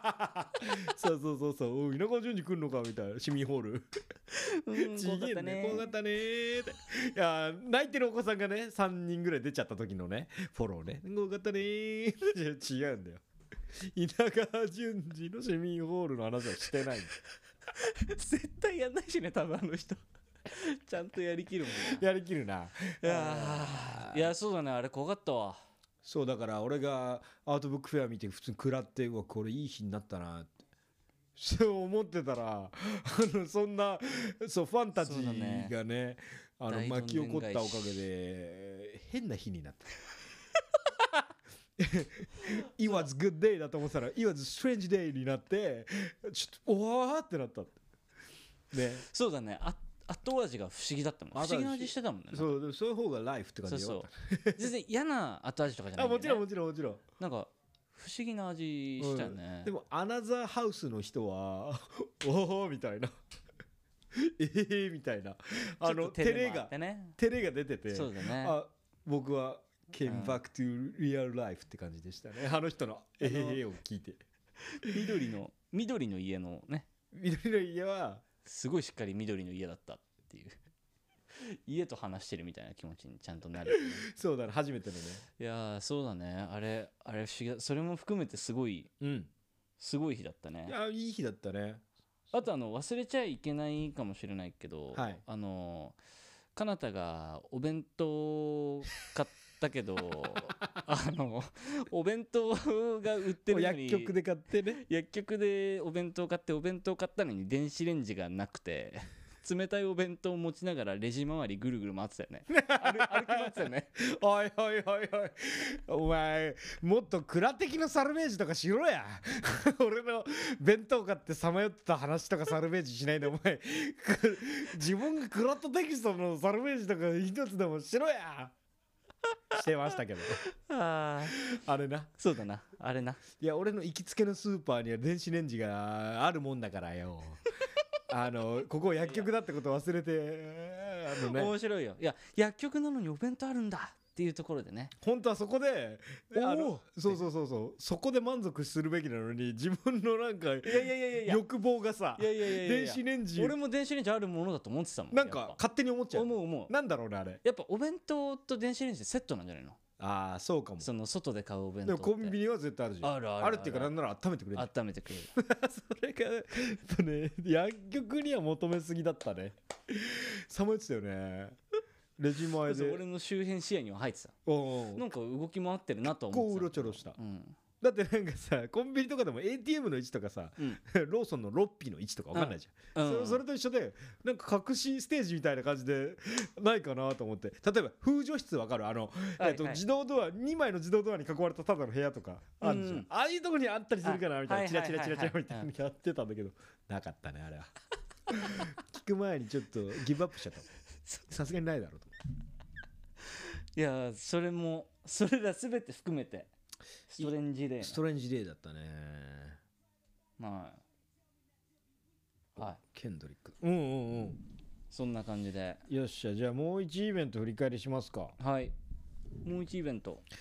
そう稲川淳二来んのかみたいな市民ホール。ちげえね、怖かったねーって。いや泣いてるお子さんがね3人ぐらい出ちゃった時のねフォローね、怖かったねー。違うんだよ。稲川淳二の市民ホールの話はしてないんだ。 絶対やんないしね多分あの人。ちゃんとやりきるもんな。やりきるな。 いやそうだね、あれ怖かったわ。 そうだから俺がアートブックフェア見て普通に食らって、うわこれいい日になったなってそう思ってたらそんなそうファンタジーがね巻き起こったおかげで変な日になった。It was good day だと思ったら It was strange day になってちょっとおわーってなったね。 そうだね、後味が不思議だったもん。不思議な味してたもんね。 そういう方がライフって感じ。 そう全然嫌な後味とかじゃないんだよね。 もちろんなんか不思議な味したよね、 でもアナザーハウスの人はおおみたいなみたいな照れが出てて、 そうだね、 僕はcame back to real life って感じでしたね。あの人のを聞いて。 緑の家のね、 緑の家はすごいしっかり緑の家だったっていう家と話してるみたいな気持ちにちゃんとなる、ね、 そうだね、初めてのね。 いやそうだね、あれ不思議、それも含めてすごい日だったね。 いやいい日だったね。 あと忘れちゃいけないかもしれないけど、 はい、 かなたがお弁当買ったけどお弁当が売ってるのに薬局で買ってね、 薬局でお弁当買ったのに電子レンジがなくて冷たいお弁当を持ちながらレジ周りぐるぐる回ってたよね。歩き回ってたよね。 おいお前もっと蔵的なサルベージとかしろや。俺の弁当買ってさまよってた話とかサルベージしないで、お前自分がクラットテキストのサルベージとか一つでもしろや。してましたけどあれな。 そうだな、あれな。 いや俺の行きつけのスーパーには電子レンジがあるもんだからよ。ここ薬局だってこと忘れて面白いよ。いや薬局なのにお弁当あるんだっていうところでね、 本当はそこでそうそこで満足するべきなのに、自分のなんか欲望がさ、電子レンジ、 俺も電子レンジあるものだと思ってたもん。 なんか勝手に思っちゃう。 思う。 なんだろうねあれ。 やっぱお弁当と電子レンジセットなんじゃないの。 ああそうかも。 その外で買うお弁当って。 でもコンビニは絶対あるじゃん。あるっていうか、なんなら温めてくれる。 温めてくれる。 それがやっぱね、薬局には求めすぎだったね。さまよってたよね。レジ前で。 俺の周辺視野には入ってた。なんか動き回ってるなと思ってた。 こううろちょろした。だってなんかさ、コンビニとかでも ATM の位置とかさ、ローソンのロッピーの位置とか分かんないじゃん。それと一緒で、なんか隠しステージみたいな感じでないかなと思って。例えば風除室分かる？自動ドア、2枚の自動ドアに囲まれたただの部屋とかあるじゃん。ああいうとこにあったりするかなみたいな、チラチラみたいなやってたんだけど、なかったねあれは。聞く前にちょっとギブアップしちゃった。さすがにないだろうと。 いやそれら全て含めてストレンジデーだったね。 まあはい、 ケンドリック。 そんな感じで。 よっしゃ、じゃあもう1イベント振り返りしますか。 はい、もう1イベント。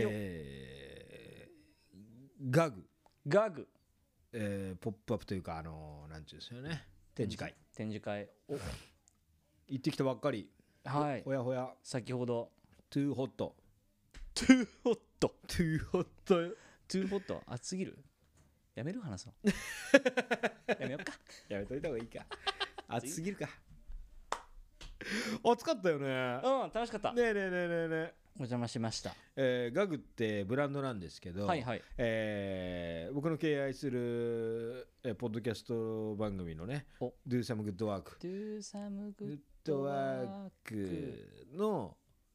ガグ、 ポップアップというかなんていうんですよね、展示会行ってきたばっかり。 はい、 ほやほや先ほどトゥーホット暑すぎる。やめる話そうやめよっか。 やめといた方がいいか。暑すぎるか。暑かったよね。 楽しかった。 ねえお邪魔しました。 ガグってブランドなんですけど、僕の敬愛するポッドキャスト番組のね Do Some Good Work の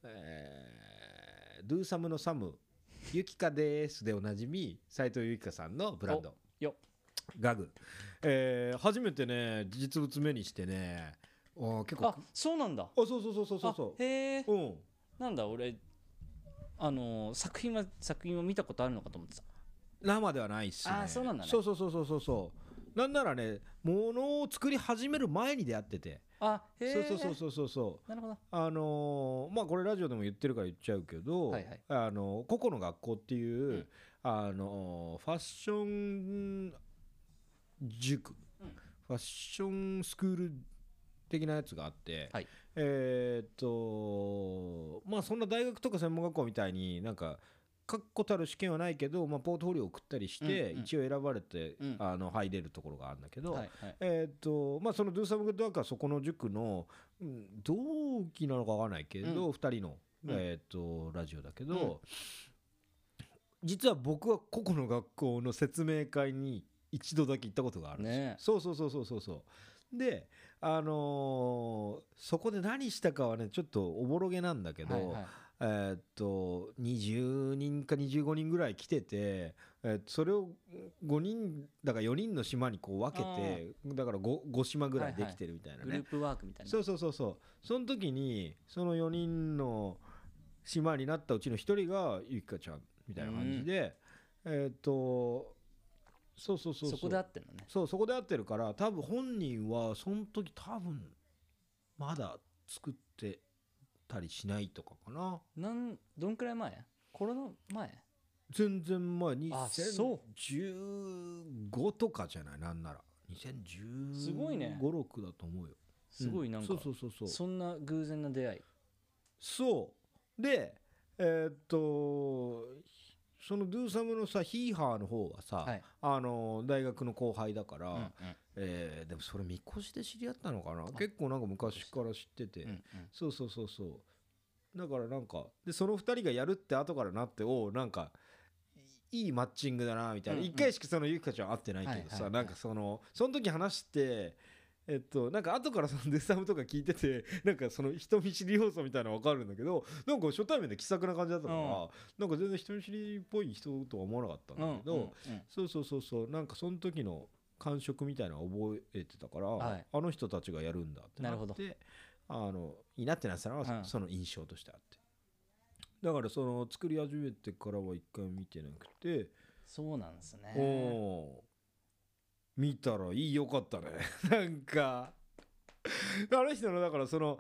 ドゥーサムのサムゆきかですでおなじみ斉藤ゆきかさんのブランドガグ、初めてね実物目にしてね、結構そうなんだ。 そうへえ、なんだ俺作品を見たことあるのかと思ってた。 生ではないっすね。 そうなんだね。 そうなんならねものを作り始める前に出会ってて、 へえ、 そうなるほど。 これラジオでも言ってるから言っちゃうけど、個々の学校っていう、ファッション塾、ファッションスクール的なやつがあって、そんな大学とか専門学校みたいになんか確固たる試験はないけど、ポートフォリオを送ったりして、一応選ばれて、入れるところがあるんだけど、そのドゥーサムグッドワークはそこの塾の、同期なのか分からないけど、2人の、ラジオだけど、実は僕は個々の学校の説明会に一度だけ行ったことがあるんですよ。そうで、そこで何したかはねちょっとおぼろげなんだけど、20人か25人ぐらい来てて、それを5人だから4人の島にこう分けて、だから 5島ぐらいできてるみたいなね、 グループワークみたいな。 そうその時にその4人の島になったうちの1人がゆきかちゃんみたいな感じで、そこで会ってるのね。 そこで会ってるから、多分本人はその時多分まだ作ってたりしないとかかな。 どんくらい前？コロナ前？ 全然前、2015とかじゃない、なんなら2015、 すごいね。 5、6だと思うよ。 すごい、なんかそんな偶然な出会い。 そうで、そのドゥーサムのさヒーハーの方はさ、大学の後輩だから、でもそれみこしで知り合ったのかな。結構なんか昔から知ってて、そうだからなんかでその2人がやるって後からなって、なんかいいマッチングだなみたいな。1回しかそのゆきかちゃん会ってないけどさ、なんかその時話してなんか後からそのデッサムとか聞いてて、なんかその人見知り要素みたいなの分かるんだけど、なんか初対面で気さくな感じだったから、なんか全然人見知りっぽい人とは思わなかったんだけど、そうなんかその時の感触みたいなのを覚えてたから、あの人たちがやるんだってなって、いいなってなってたのはその印象としてあって、だからその作り始めてからは一回見てなくて。 そうなんですね。 見たらよかったねなんかあの人のだからその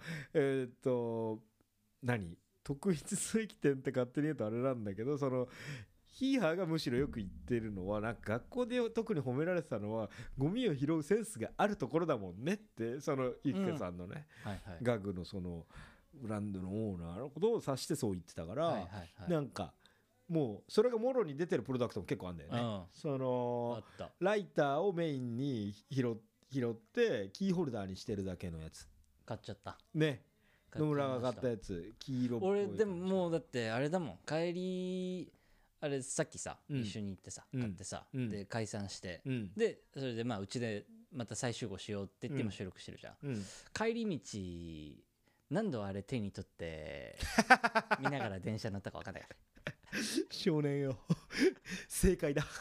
特筆すべき点って勝手に言うとあれなんだけど、そのヒーハーがむしろよく言ってるのは、なんか学校で特に褒められてたのはゴミを拾うセンスがあるところだもんねって、そのゆきかさんのね、ガグのそのブランドのオーナーのことを指してそう言ってたから、なんかもうそれがもろに出てるプロダクトも結構あるんだよね。そのライターをメインに拾ってキーホルダーにしてるだけのやつ買っちゃったね。野村が買ったやつ黄色っぽい。 俺でももうだってあれだもん、帰りあれさっきさ、一緒に行ってさ買ってさ、で解散して、でそれでうちでまた再集合しようって言っても収録してるじゃん。帰り道何度あれ手に取って見ながら電車乗ったか分かんない少年よ正解だ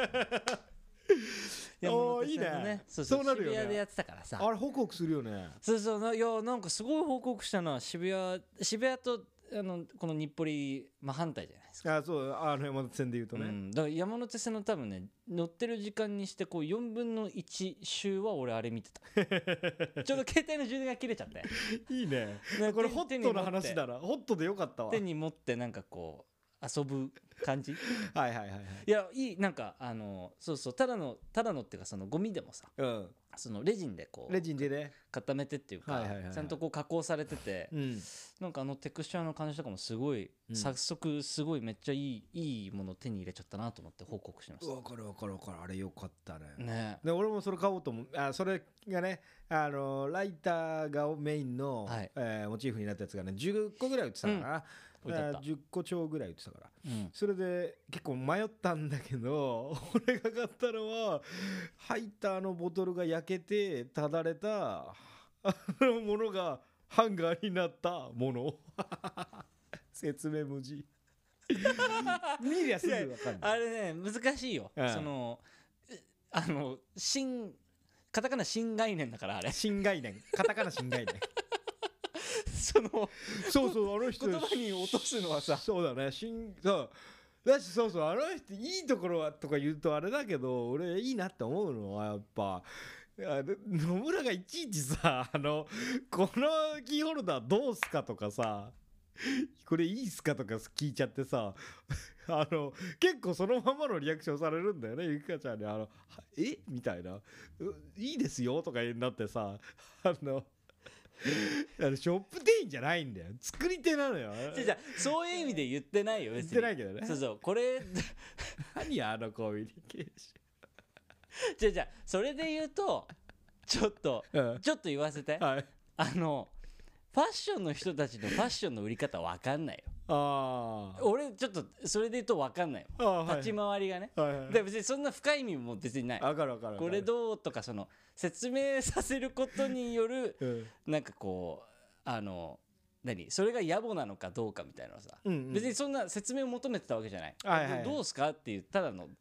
いいね。そうなるよね。 渋谷でやってたからさ、 あれ報告するよね。 いやなんかすごい報告したのは渋谷とこの日暮里真反対じゃないですか。 そう山手線でいうとね、 だから山手線の多分ね乗ってる時間にしてこう4分の1周は俺あれ見てたちょうど携帯の充電が切れちゃっていいねこれホットの話だな。ホットでよかったわ。 手に持ってなんかこう遊ぶ感じいやいい、なんかそうただのっていうか、そのゴミでもさ、そのレジンでこうレジンでね固めてっていうか、ちゃんとこう加工されてて、なんかテクスチャーの感じとかもすごい、早速すごいめっちゃいいものを手に入れちゃったなと思って報告しました。 わかるあれよかったね。で俺もそれ買おうと思う。それがねライターがメインのモチーフになったやつがね10個ぐらい売ってたから10個超ぐらい売ってたから、それで結構迷ったんだけど、俺が買ったのはハイターのボトルが焼けてただれたものがハンガーになったもの説明無事見りゃすぐ分かんない。 あれね難しいよ、そのカタカナ新概念だからあれ新概念、カタカナ新概念そうあの人言葉に落とすのはさ、 そうだね、そうだし、そうあの人いいところはとか言うとあれだけど、俺いいなって思うのはやっぱ野村がいちいちさ、このキーホルダーどうすかとかさ、これいいっすかとか聞いちゃってさ結構そのままのリアクションされるんだよね、ゆきかちゃんにえみたいな、いいですよとかになってさ、ショップ店員じゃないんだよ、作り手なのよ。 じゃそういう意味で言ってないよ、別に。 言ってないけどね。 そうこれ何コミュニケーションじゃそれで言うとちょっと言わせて、 はい、 ファッションの人たちのファッションの売り方分かんないよ。俺ちょっとそれで言うと分かんないよ、立ち回りがね、で別にそんな深い意味も別にない。 分かるこれどうとか説明させることによる、なんかこうそれが野暮なのかどうかみたいなのさ、別にそんな説明を求めてたわけじゃない、どうすかっていうただの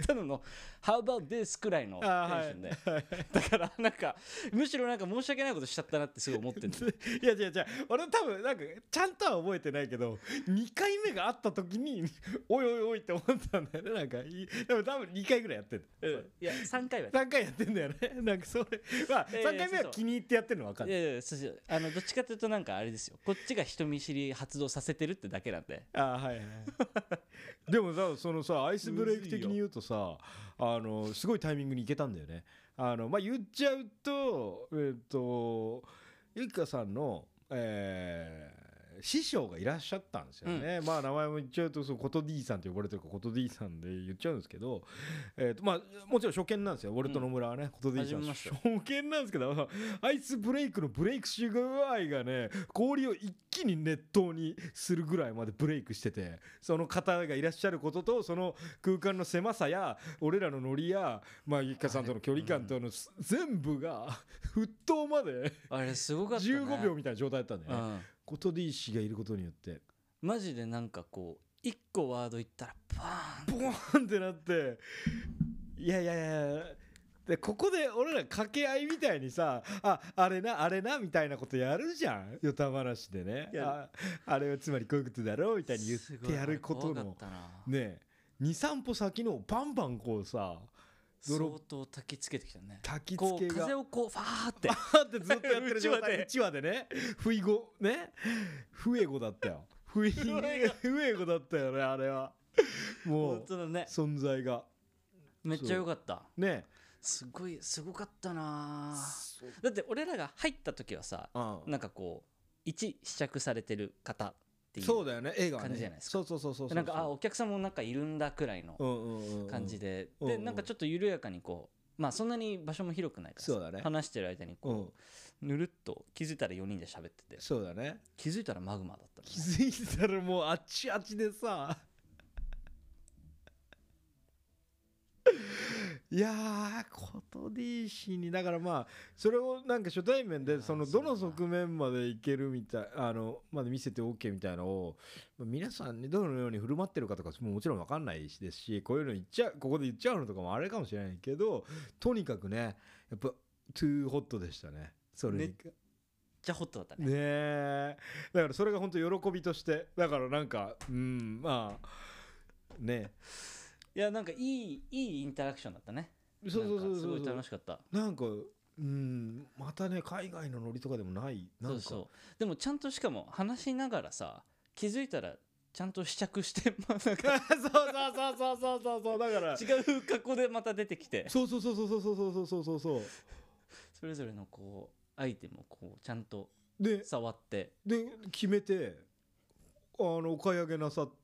How about this くらいのテンションで、だからなんかむしろなんか申し訳ないことしちゃったなってすごい思ってるいや俺多分なんかちゃんとは覚えてないけど、2回目があった時においおいって思ったんだよね。なんかでも多分2回ぐらいやってる、 いや3回は 3回やってんだよね。なんかそれ3回目は気に入ってやってるの分かる。 いやどっちかというとなんかあれですよ、こっちが人見知り発動させてるってだけなんで。 でもさ、そのさアイスブレイク的に言うとさ、すごいタイミングに行けたんだよね。言っちゃうとゆきかさんの師匠がいらっしゃったんですよね、名前も言っちゃうとコト D さんって呼ばれてるからコト D さんで言っちゃうんですけど、もちろん初見なんですよ、俺と野村はね、コト D さん初見なんですけど、アイスブレイクのブレイクし具合がね、氷を一気に熱湯にするぐらいまでブレイクしてて、その方がいらっしゃることとその空間の狭さや俺らのノリやゆきかさんとの距離感との全部が沸騰まであれすごかったね、 15秒みたいな状態だったんだよね、コト D 氏がいることによって。 マジでなんかこう1個ワード言ったらボーンってなって、いやでここで俺ら掛け合いみたいにさ、あれなみたいなことやるじゃん、よた話でね、あれはつまりこういうことだろうみたいに言ってやることのね、 2,3 歩先のバンバンこうさ、 相当焚きつけてきたね。 焚きつけが風をこうファーってずっとやってる状態うちわでね、不意語ね、不英語だったよ、不英語だったよね、あれはもう本当だね、 存在がめっちゃ良かったね、 すごかったな。だって俺らが入った時はさ、なんかこう一試着されてる方っていうそうだよね、映画感じじゃないですか。 そうなんかお客さんもなんかいるんだくらいの感じで、でなんかちょっと緩やかにこう、そんなに場所も広くないからさ、話してる間にこうぬるっと気づいたら4人で喋ってて、 そうだね、 気づいたらマグマだった、 気づいたらもうあっちあっちでさいやー、コト D 氏にだからそれをなんか初対面でそのどの側面までいけるみたいまで見せて OK みたいなのを皆さんにどのように振る舞ってるかとかもちろん分かんないですし、こういうのここで言っちゃうのとかもあれかもしれないけど、とにかくねやっぱトゥーホットでしたね。それにめっちゃホットだったね。 ね、だからそれが本当喜びとして、だからなんかね、 いやなんかいいインタラクションだったね。 そうすごい楽しかった。 なんかまたね、海外のノリとかでもないなんかそうでもちゃんとしかも話しながらさ、気づいたらちゃんと試着してなんかそうだから違う格好でまた出てきて、 そうそれぞれのこうアイテムをこうちゃんと触ってで決めてお買い上げなさって、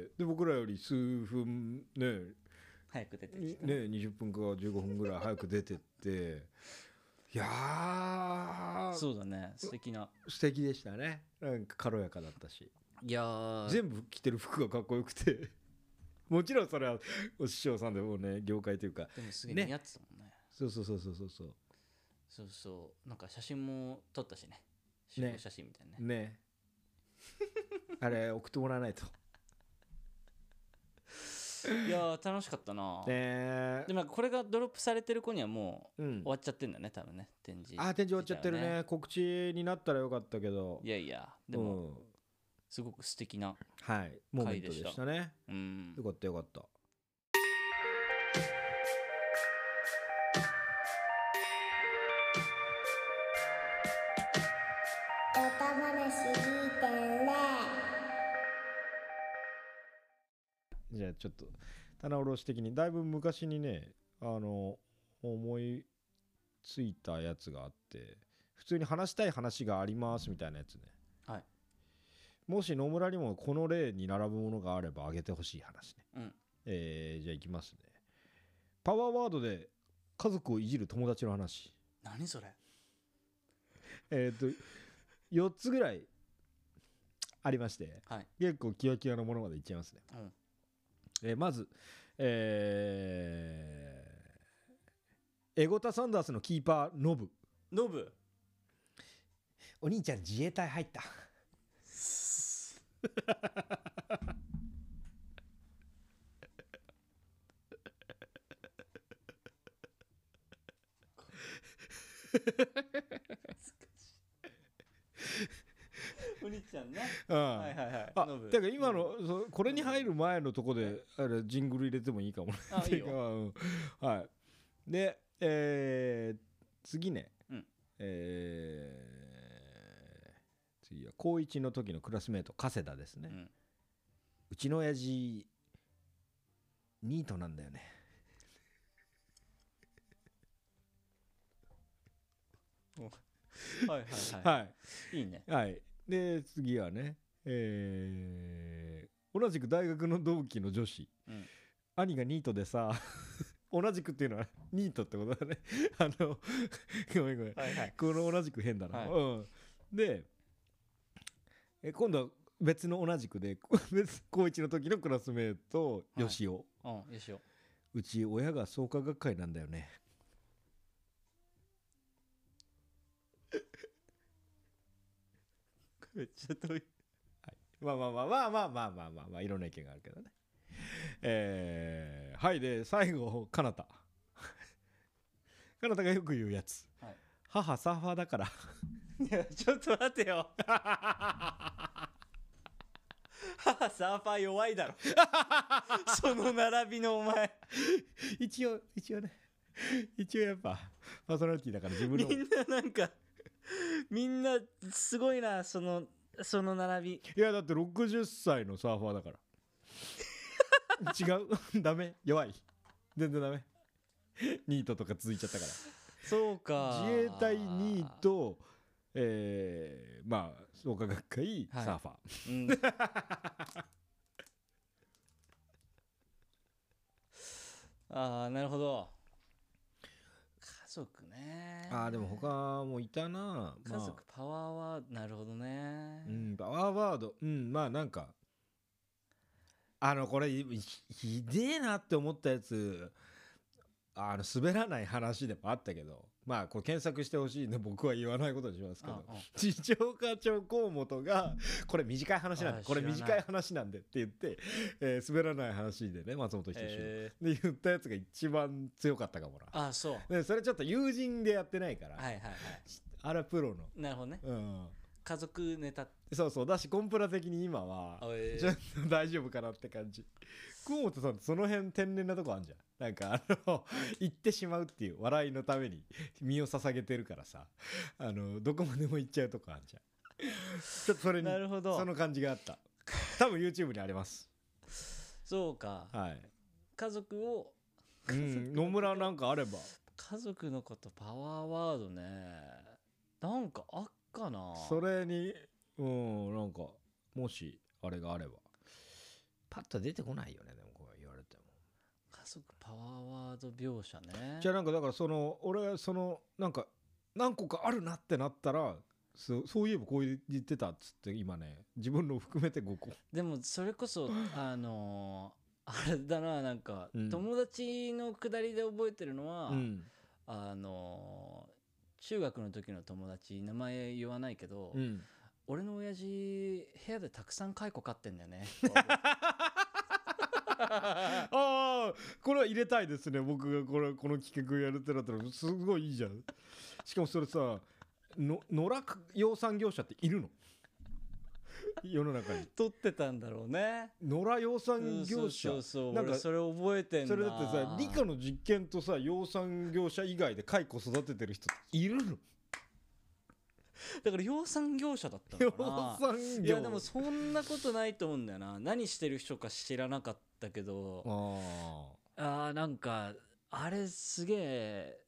で僕らより数分ね早く出てきてね、20分か15分ぐらい早く出てっていやー、 そうだね、素敵でしたね。なんか軽やかだったし、 いや全部着てる服がかっこよくてもちろんそれはお師匠さんでもね、業界というかでもすげえ似合ってたもんね。そうなんか写真も撮ったしね、集合写真みたいなねあれ送ってもらわないといや楽しかったな。でもなんかこれがドロップされてる子にはもう終わっちゃってんだね多分ね、展示。 展示終わっちゃってるね。告知になったらよかったけど。 いやいやでもすごく素敵なモーメントでしたね。よかったよかった。じゃあちょっと棚卸し的にだいぶ昔にね思いついたやつがあって、普通に話したい話がありますみたいなやつね。 はい。 もし野村にもこの例に並ぶものがあればあげてほしい話ね。じゃあいきますね。パワーワードで家族をいじる友達の話。 何それ。 4つぐらいありまして、 はい、 結構キワキワのものまでいっちゃいますね。まず、エゴタ・サンダースのキーパーノブ。お兄ちゃん自衛隊入ったお兄ちゃんね。 はいはいはい。あ、てか今のこれに入る前のとこであれジングル入れてもいいかもね。 いいよ。 はい。で、次ね。次は高1の時のクラスメート加瀬田ですね。うちの親父ニートなんだよね。 はいはいはい。いいね。 はい。で次はね、同じく大学の同期の女子、兄がニートでさ同じくっていうのはニートってことだねごめん、この同じく変だな、で今度は別の同じくで高1の時のクラスメート吉尾、うち親が創価学会なんだよね。 めっちゃ遠い。 まあいろんな意見があるけどね。はい。で最後かなたがよく言うやつ、母サーファーだからいやちょっと待ってよ母サーファー弱いだろその並びのお前一応ね、やっぱパーソナリティだから自分のみんなすごいな、その並び。 いやだって60歳のサーファーだから違うダメ、弱い、全然ダメニートとか続いちゃったから。 そうか、 自衛隊ニート、まあ創価学会サーファー、 ああなるほど。家族ね。 でも他もいたな。 家族パワーワード、なるほどね。 パワーワード、まあなんかこれひでえなって思ったやつ、滑らない話でもあったけど、まあこれ検索してほしいんで僕は言わないことにしますけど、次長課長河本がこれ短い話なんで、って言って、滑らない話でね、松本人志で言ったやつが一番強かったかもな。 そうでそれちょっと友人でやってないから、あれはプロの。 なるほどね。家族ネタ。 そうだしコンプラ的に今はちょっと大丈夫かなって感じ。河本さんってその辺天然なとこあんじゃん。なんか言ってしまうっていう笑いのために身を捧げてるからさ、どこまでも行っちゃうとこあんじゃん。ちょっとそれにその感じがあった。多分 YouTube にあります。 そうか。家族を野村なんかあれば。 家族のことパワーワードね、なんかあっかな。 それになんかもしあれがあればパッと出てこないよね。でもこう言われても家族パワーワード描写ね。 じゃあなんかだから俺はなんか何個かあるなってなったらそういえばこう言ってたっつって今ね自分のを含めて5個。 でもそれこそあれだな、なんか、友達のくだりで覚えてるのは、中学の時の友達、名前言わないけど、俺の親父部屋でたくさん蚕飼ってんだよねあ、これは入れたいですね。僕がこの企画やるってなったらすごいいいじゃん。しかもそれさ、野良養蚕業者っているの？世の中に取ってたんだろうね。 野良養蚕業者。 なんかそれ覚えてんな。 それだってさ、理科の実験とさ、養蚕業者以外で蚕育ててる人いるの？ だから養蚕業者だったのかな。 養蚕業。 いやでもそんなことないと思うんだよな。何してる人か知らなかったけど、なんかあれすげえ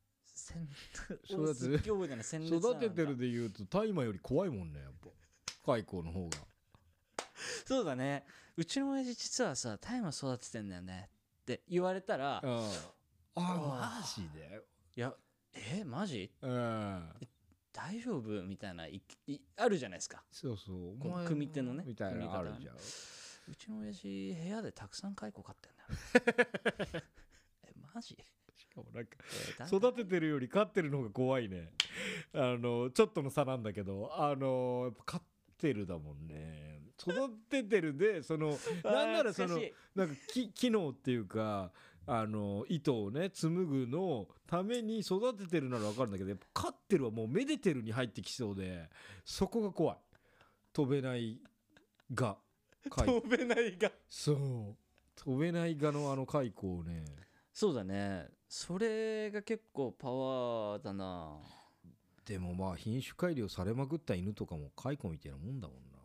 育ててるで言うと大麻より怖いもんね、やっぱ蚕の方が。 そうだね。うちの親父実はさ、大麻育ててんだよねって言われたら、 マジで？ いや、マジ？大丈夫みたいなあるじゃないですか。 そうそう、 この組手のねみたいなのあるじゃん。 うちの親父部屋でたくさん蚕飼ってんだよ。マジ？ しかもなんか育ててるより飼ってるの方が怖いね。ちょっとの差なんだけど、やっぱ飼ってるだもんね。育ててるでなんならなんか機能っていうか、糸をね紡ぐのために育ててるなら分かるんだけど、やっぱ飼ってるはもうめでてるに入ってきそうで、そこが怖い。飛べないが飛べないが、 そう飛べないがの蚕をね。 そうだね、それが結構パワーだな。 でもまあ品種改良されまくった犬とかも蚕みたいなもんだもんな。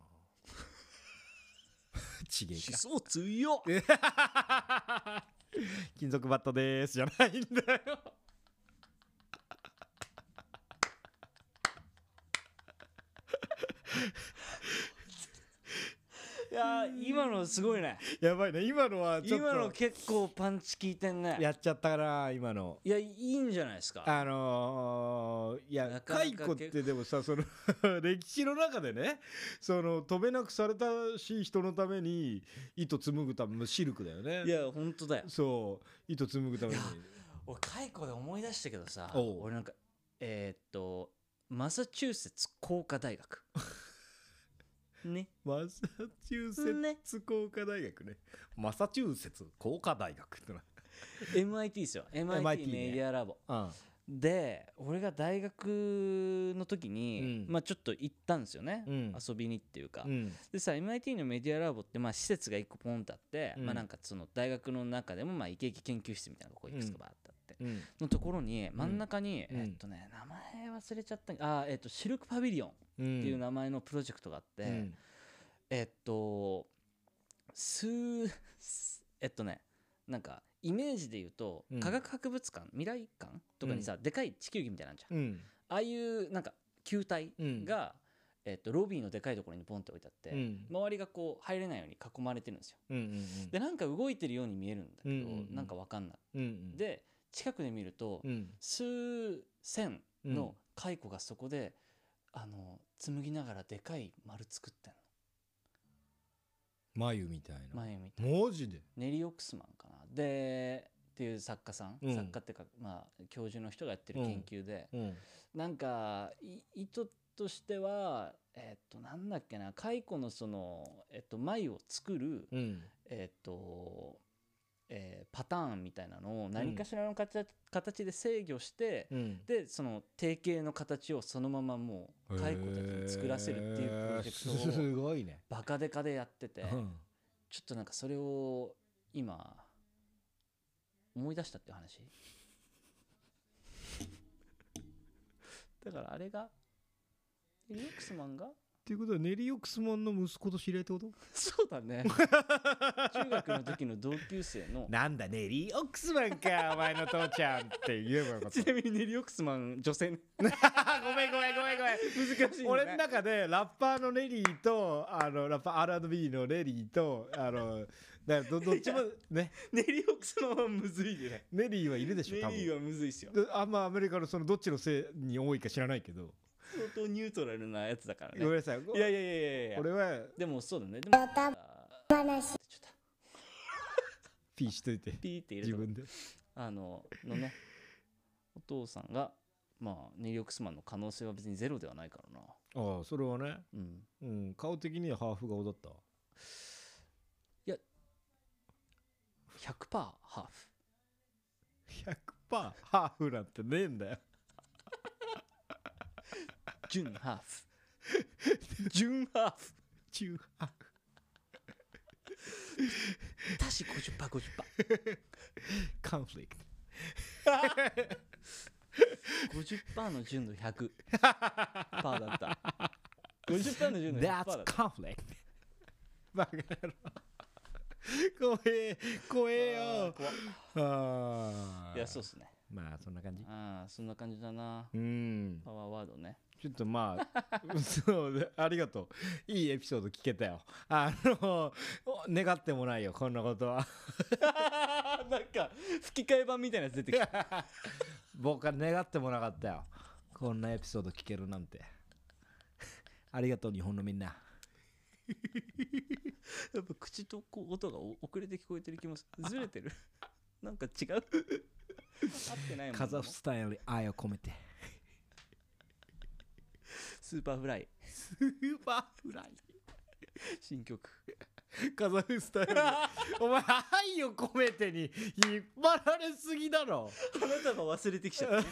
ちげえか。 思想強っ。 金属バットでーすじゃないんだよ。 いや今のすごいね。 やばいね、今のはちょっと。 今の結構パンチ効いてんね。 やっちゃったかな今の。 いや、いいんじゃないですか。 いや蚕ってでもさ、歴史の中でね、飛べなくされたし人のために糸紡ぐためのシルクだよね。 いや本当だよ。 そう糸紡ぐために。 俺蚕で思い出したけどさ、 俺なんかマサチューセッツ工科大学ね、 マサチューセッツ工科大学ね。マサチューセッツ工科大学ってのは MIT ですよ。 MIT メディアラボ、で俺が大学の時に、ちょっと行ったんですよね、遊びにっていうか、でさ MIT のメディアラボって施設が1個ポンとあって、なんか大学の中でもイケイケ研究室みたいなのがこういくつかバーってあって、のところに真ん中に、名前忘れちゃったシルクパビリオンっていう名前のプロジェクトがあって、なんかイメージで言うと、科学博物館未来館とかにさ、でかい地球儀みたいなんじゃん、ああいうなんか球体が、ロビーのでかいところにポンって置いてあって、周りがこう入れないように囲まれてるんですよ、でなんか動いてるように見えるんだけど、なんか分かんない、で近くで見ると、数千の蚕がそこで紡ぎながらでかい丸作ってんの。 眉みたいな。 眉みたいな。 マジで？ ネリー・オックスマンかなでっていう作家さん、作家っていうか教授の人がやってる研究で、なんか意図としてはなんだっけな、蚕の眉を作るパターンみたいなのを何かしらの形で制御して、で定型の形をそのままもう蚕たちに作らせるっていうプロジェクトをすごいね、 バカデカでやってて、ちょっとなんかそれを今思い出したっていう話。だからあれがネリー・オックスマンがっていうことはネリー・オックスマンの息子と知り合いってこと？ そうだね。中学の時の同級生のなんだネリー・オックスマンかお前の父ちゃんって言えばよかった。 ちなみにネリー・オックスマン女性ね。 ごめん難しい、ね、俺の中でラッパーのネリーとラッパー R&B のネリーとだどっちもね。 ネリー・オックスマンはむずいでね。 ネリーはいるでしょ多分。 ネリーはむずいっすよ。 あんまアメリカのどっちのせいに多いか知らないけど相当ニュートラルなやつだからね。 ごめんなさい。 いや俺はでもそうだね。でも話ピーしといてピーって入れ自分でのねお父さんがネリー・オックスマンの可能性は別にゼロではないからな。 ああそれはね、顔的にはハーフ顔だった。 いや 100% ハーフ。 100% ハーフなんてねえんだよ。 純ハーフ。純ハーフ。 純ハーフ。 足し 50%50%。 コンフリクト。 50% の純の 100% だった。50% の純の 100% だった。 That's conflict。バカ野郎。怖えよ。 いや、そうっすね。 まあそんな感じ。 そんな感じだな。パワーワードね。 ちょっとまあそうありがとう。いいエピソード聞けたよ。願ってもないよこんなことは。 なんか吹き替え版みたいなやつ出てきた。 僕は願ってもなかったよ。こんなエピソード聞けるなんて。ありがとう日本のみんな。 やっぱ口とこう音が遅れて聞こえてる気もずれてる。なんか違う。合ってないもん。 カザフスタンより愛を込めて。 スーパーフライ。 スーパーフライ。 新曲。 カザフスタンより。お前愛を込めてに引っ張られすぎだろ。 花束忘れてきちゃったね。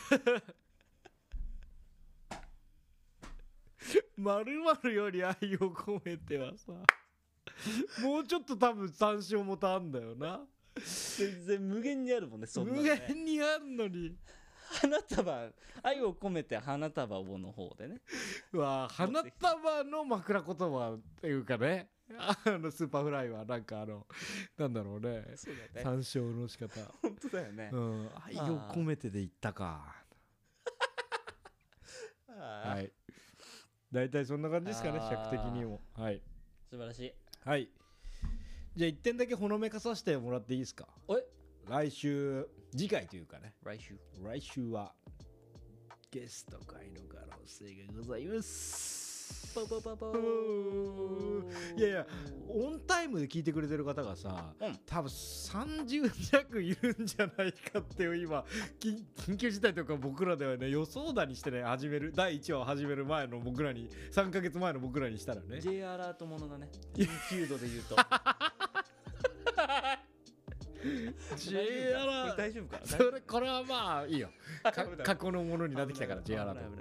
〇〇より愛を込めてはさ、もうちょっと多分参照元あんだよな。 全然無限にあるもんね。そんなのね、 無限にあんのに。 花束、愛を込めて花束をの方でね。 花束の枕言葉っていうかね、スーパーフライはなんかなんだろうね。 そうだね。 参照の仕方。 本当だよね。 愛を込めてで言ったか。はい。大体そんな感じですかね、尺的にも。はい。 素晴らしい。 はい。じゃあ1点だけほのめかさせてもらっていいですか。来週、次回というかね。来週はゲスト会の可能性がございます。いやいや、オンタイムで聞いてくれてる方がさ、多分30弱いるんじゃないかっていう今緊急事態とか僕らではね予想だにしてね、第1話を始める前の僕らに3ヶ月前の僕らにしたらね J アラートものだね。緊急度で言うと。 J アラート大丈夫か。 これはまあいいよ。過去のものになってきたから J アラート。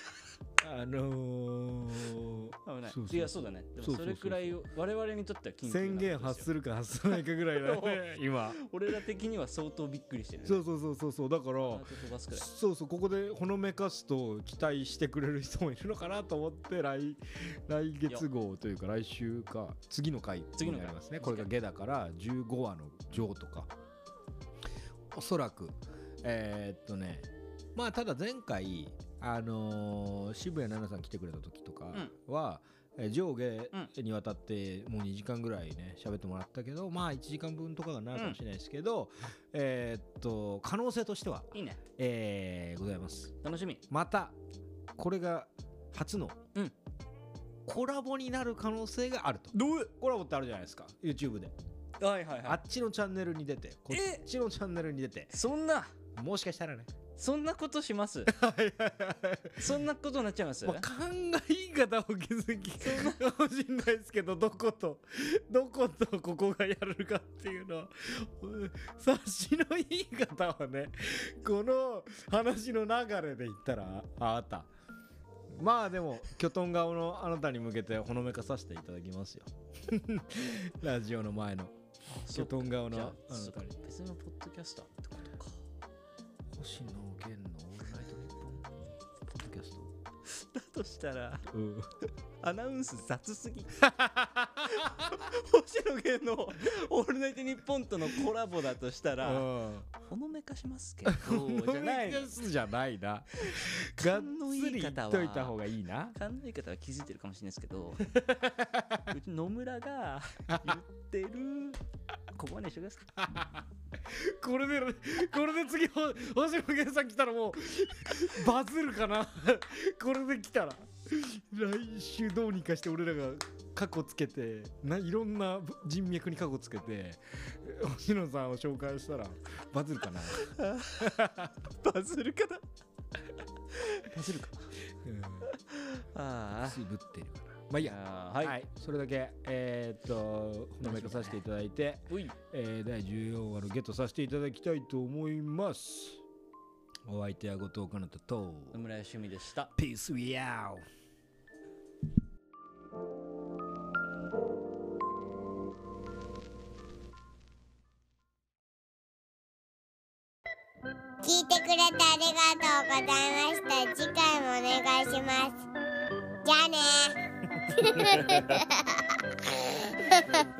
いやそうだね。でもそれくらい我々にとっては緊急宣言発するか発さないかぐらいだね今。 俺ら的には相当びっくりしてる、ね。 そうだからそうここでほのめかすと期待してくれる人もいるのかなと思って来月号というか来週か次の回になりますね。これが下だから15話の上とかおそらくまあただ前回渋谷奈々さん来てくれた時とかは、上下にわたってもう2時間ぐらいね喋ってもらったけど、まあ1時間分とかがなるかもしれないですけど、可能性としてはいいね、 ございます。 楽しみ。 またこれが初のコラボになる可能性があると。コラボってあるじゃないですか YouTube で。あっちのチャンネルに出てこっちのチャンネルに出て、 そんなもしかしたらねそんなことします。そんなことになっちゃいます。 考え方を気づきかもしれないですけど、どことここがやるかっていうのは察しのいい方はね、この話の流れで言ったらあった。まあでもキョトン顔のあなたに向けてほのめかさせていただきますよ。ラジオの前のキョトン顔のあなたに。 別のポッドキャスターってことか。 星野源のオールナイトニッポンポッドキャストだとしたら、アナウンス雑すぎ。星野源のオールナイトニッポンとのコラボだとしたら、ほのめかしますけどじゃないの。 じゃないな。がっつり言っといた方がいいな。 勘のいい方は気づいてるかもしれないですけど、うち野村が言ってるここまで一緒ですか。 これで次星野源さん来たらもうバズるかな。これで来たら来週どうにかして俺らが過去つけていろんな人脈に過去つけて星野さんを紹介したらバズるかな。 バズるかな。バズるかな。 ああ、ついぶってるかな。 まあいいや、はい、それだけほのめかさせていただいて、第14話のゲットさせていただきたいと思います。お相手は後藤かなたと野村よしみでした。 ピースウィアウ。 聞いてくれてありがとうございました。次回もお願いします。じゃあね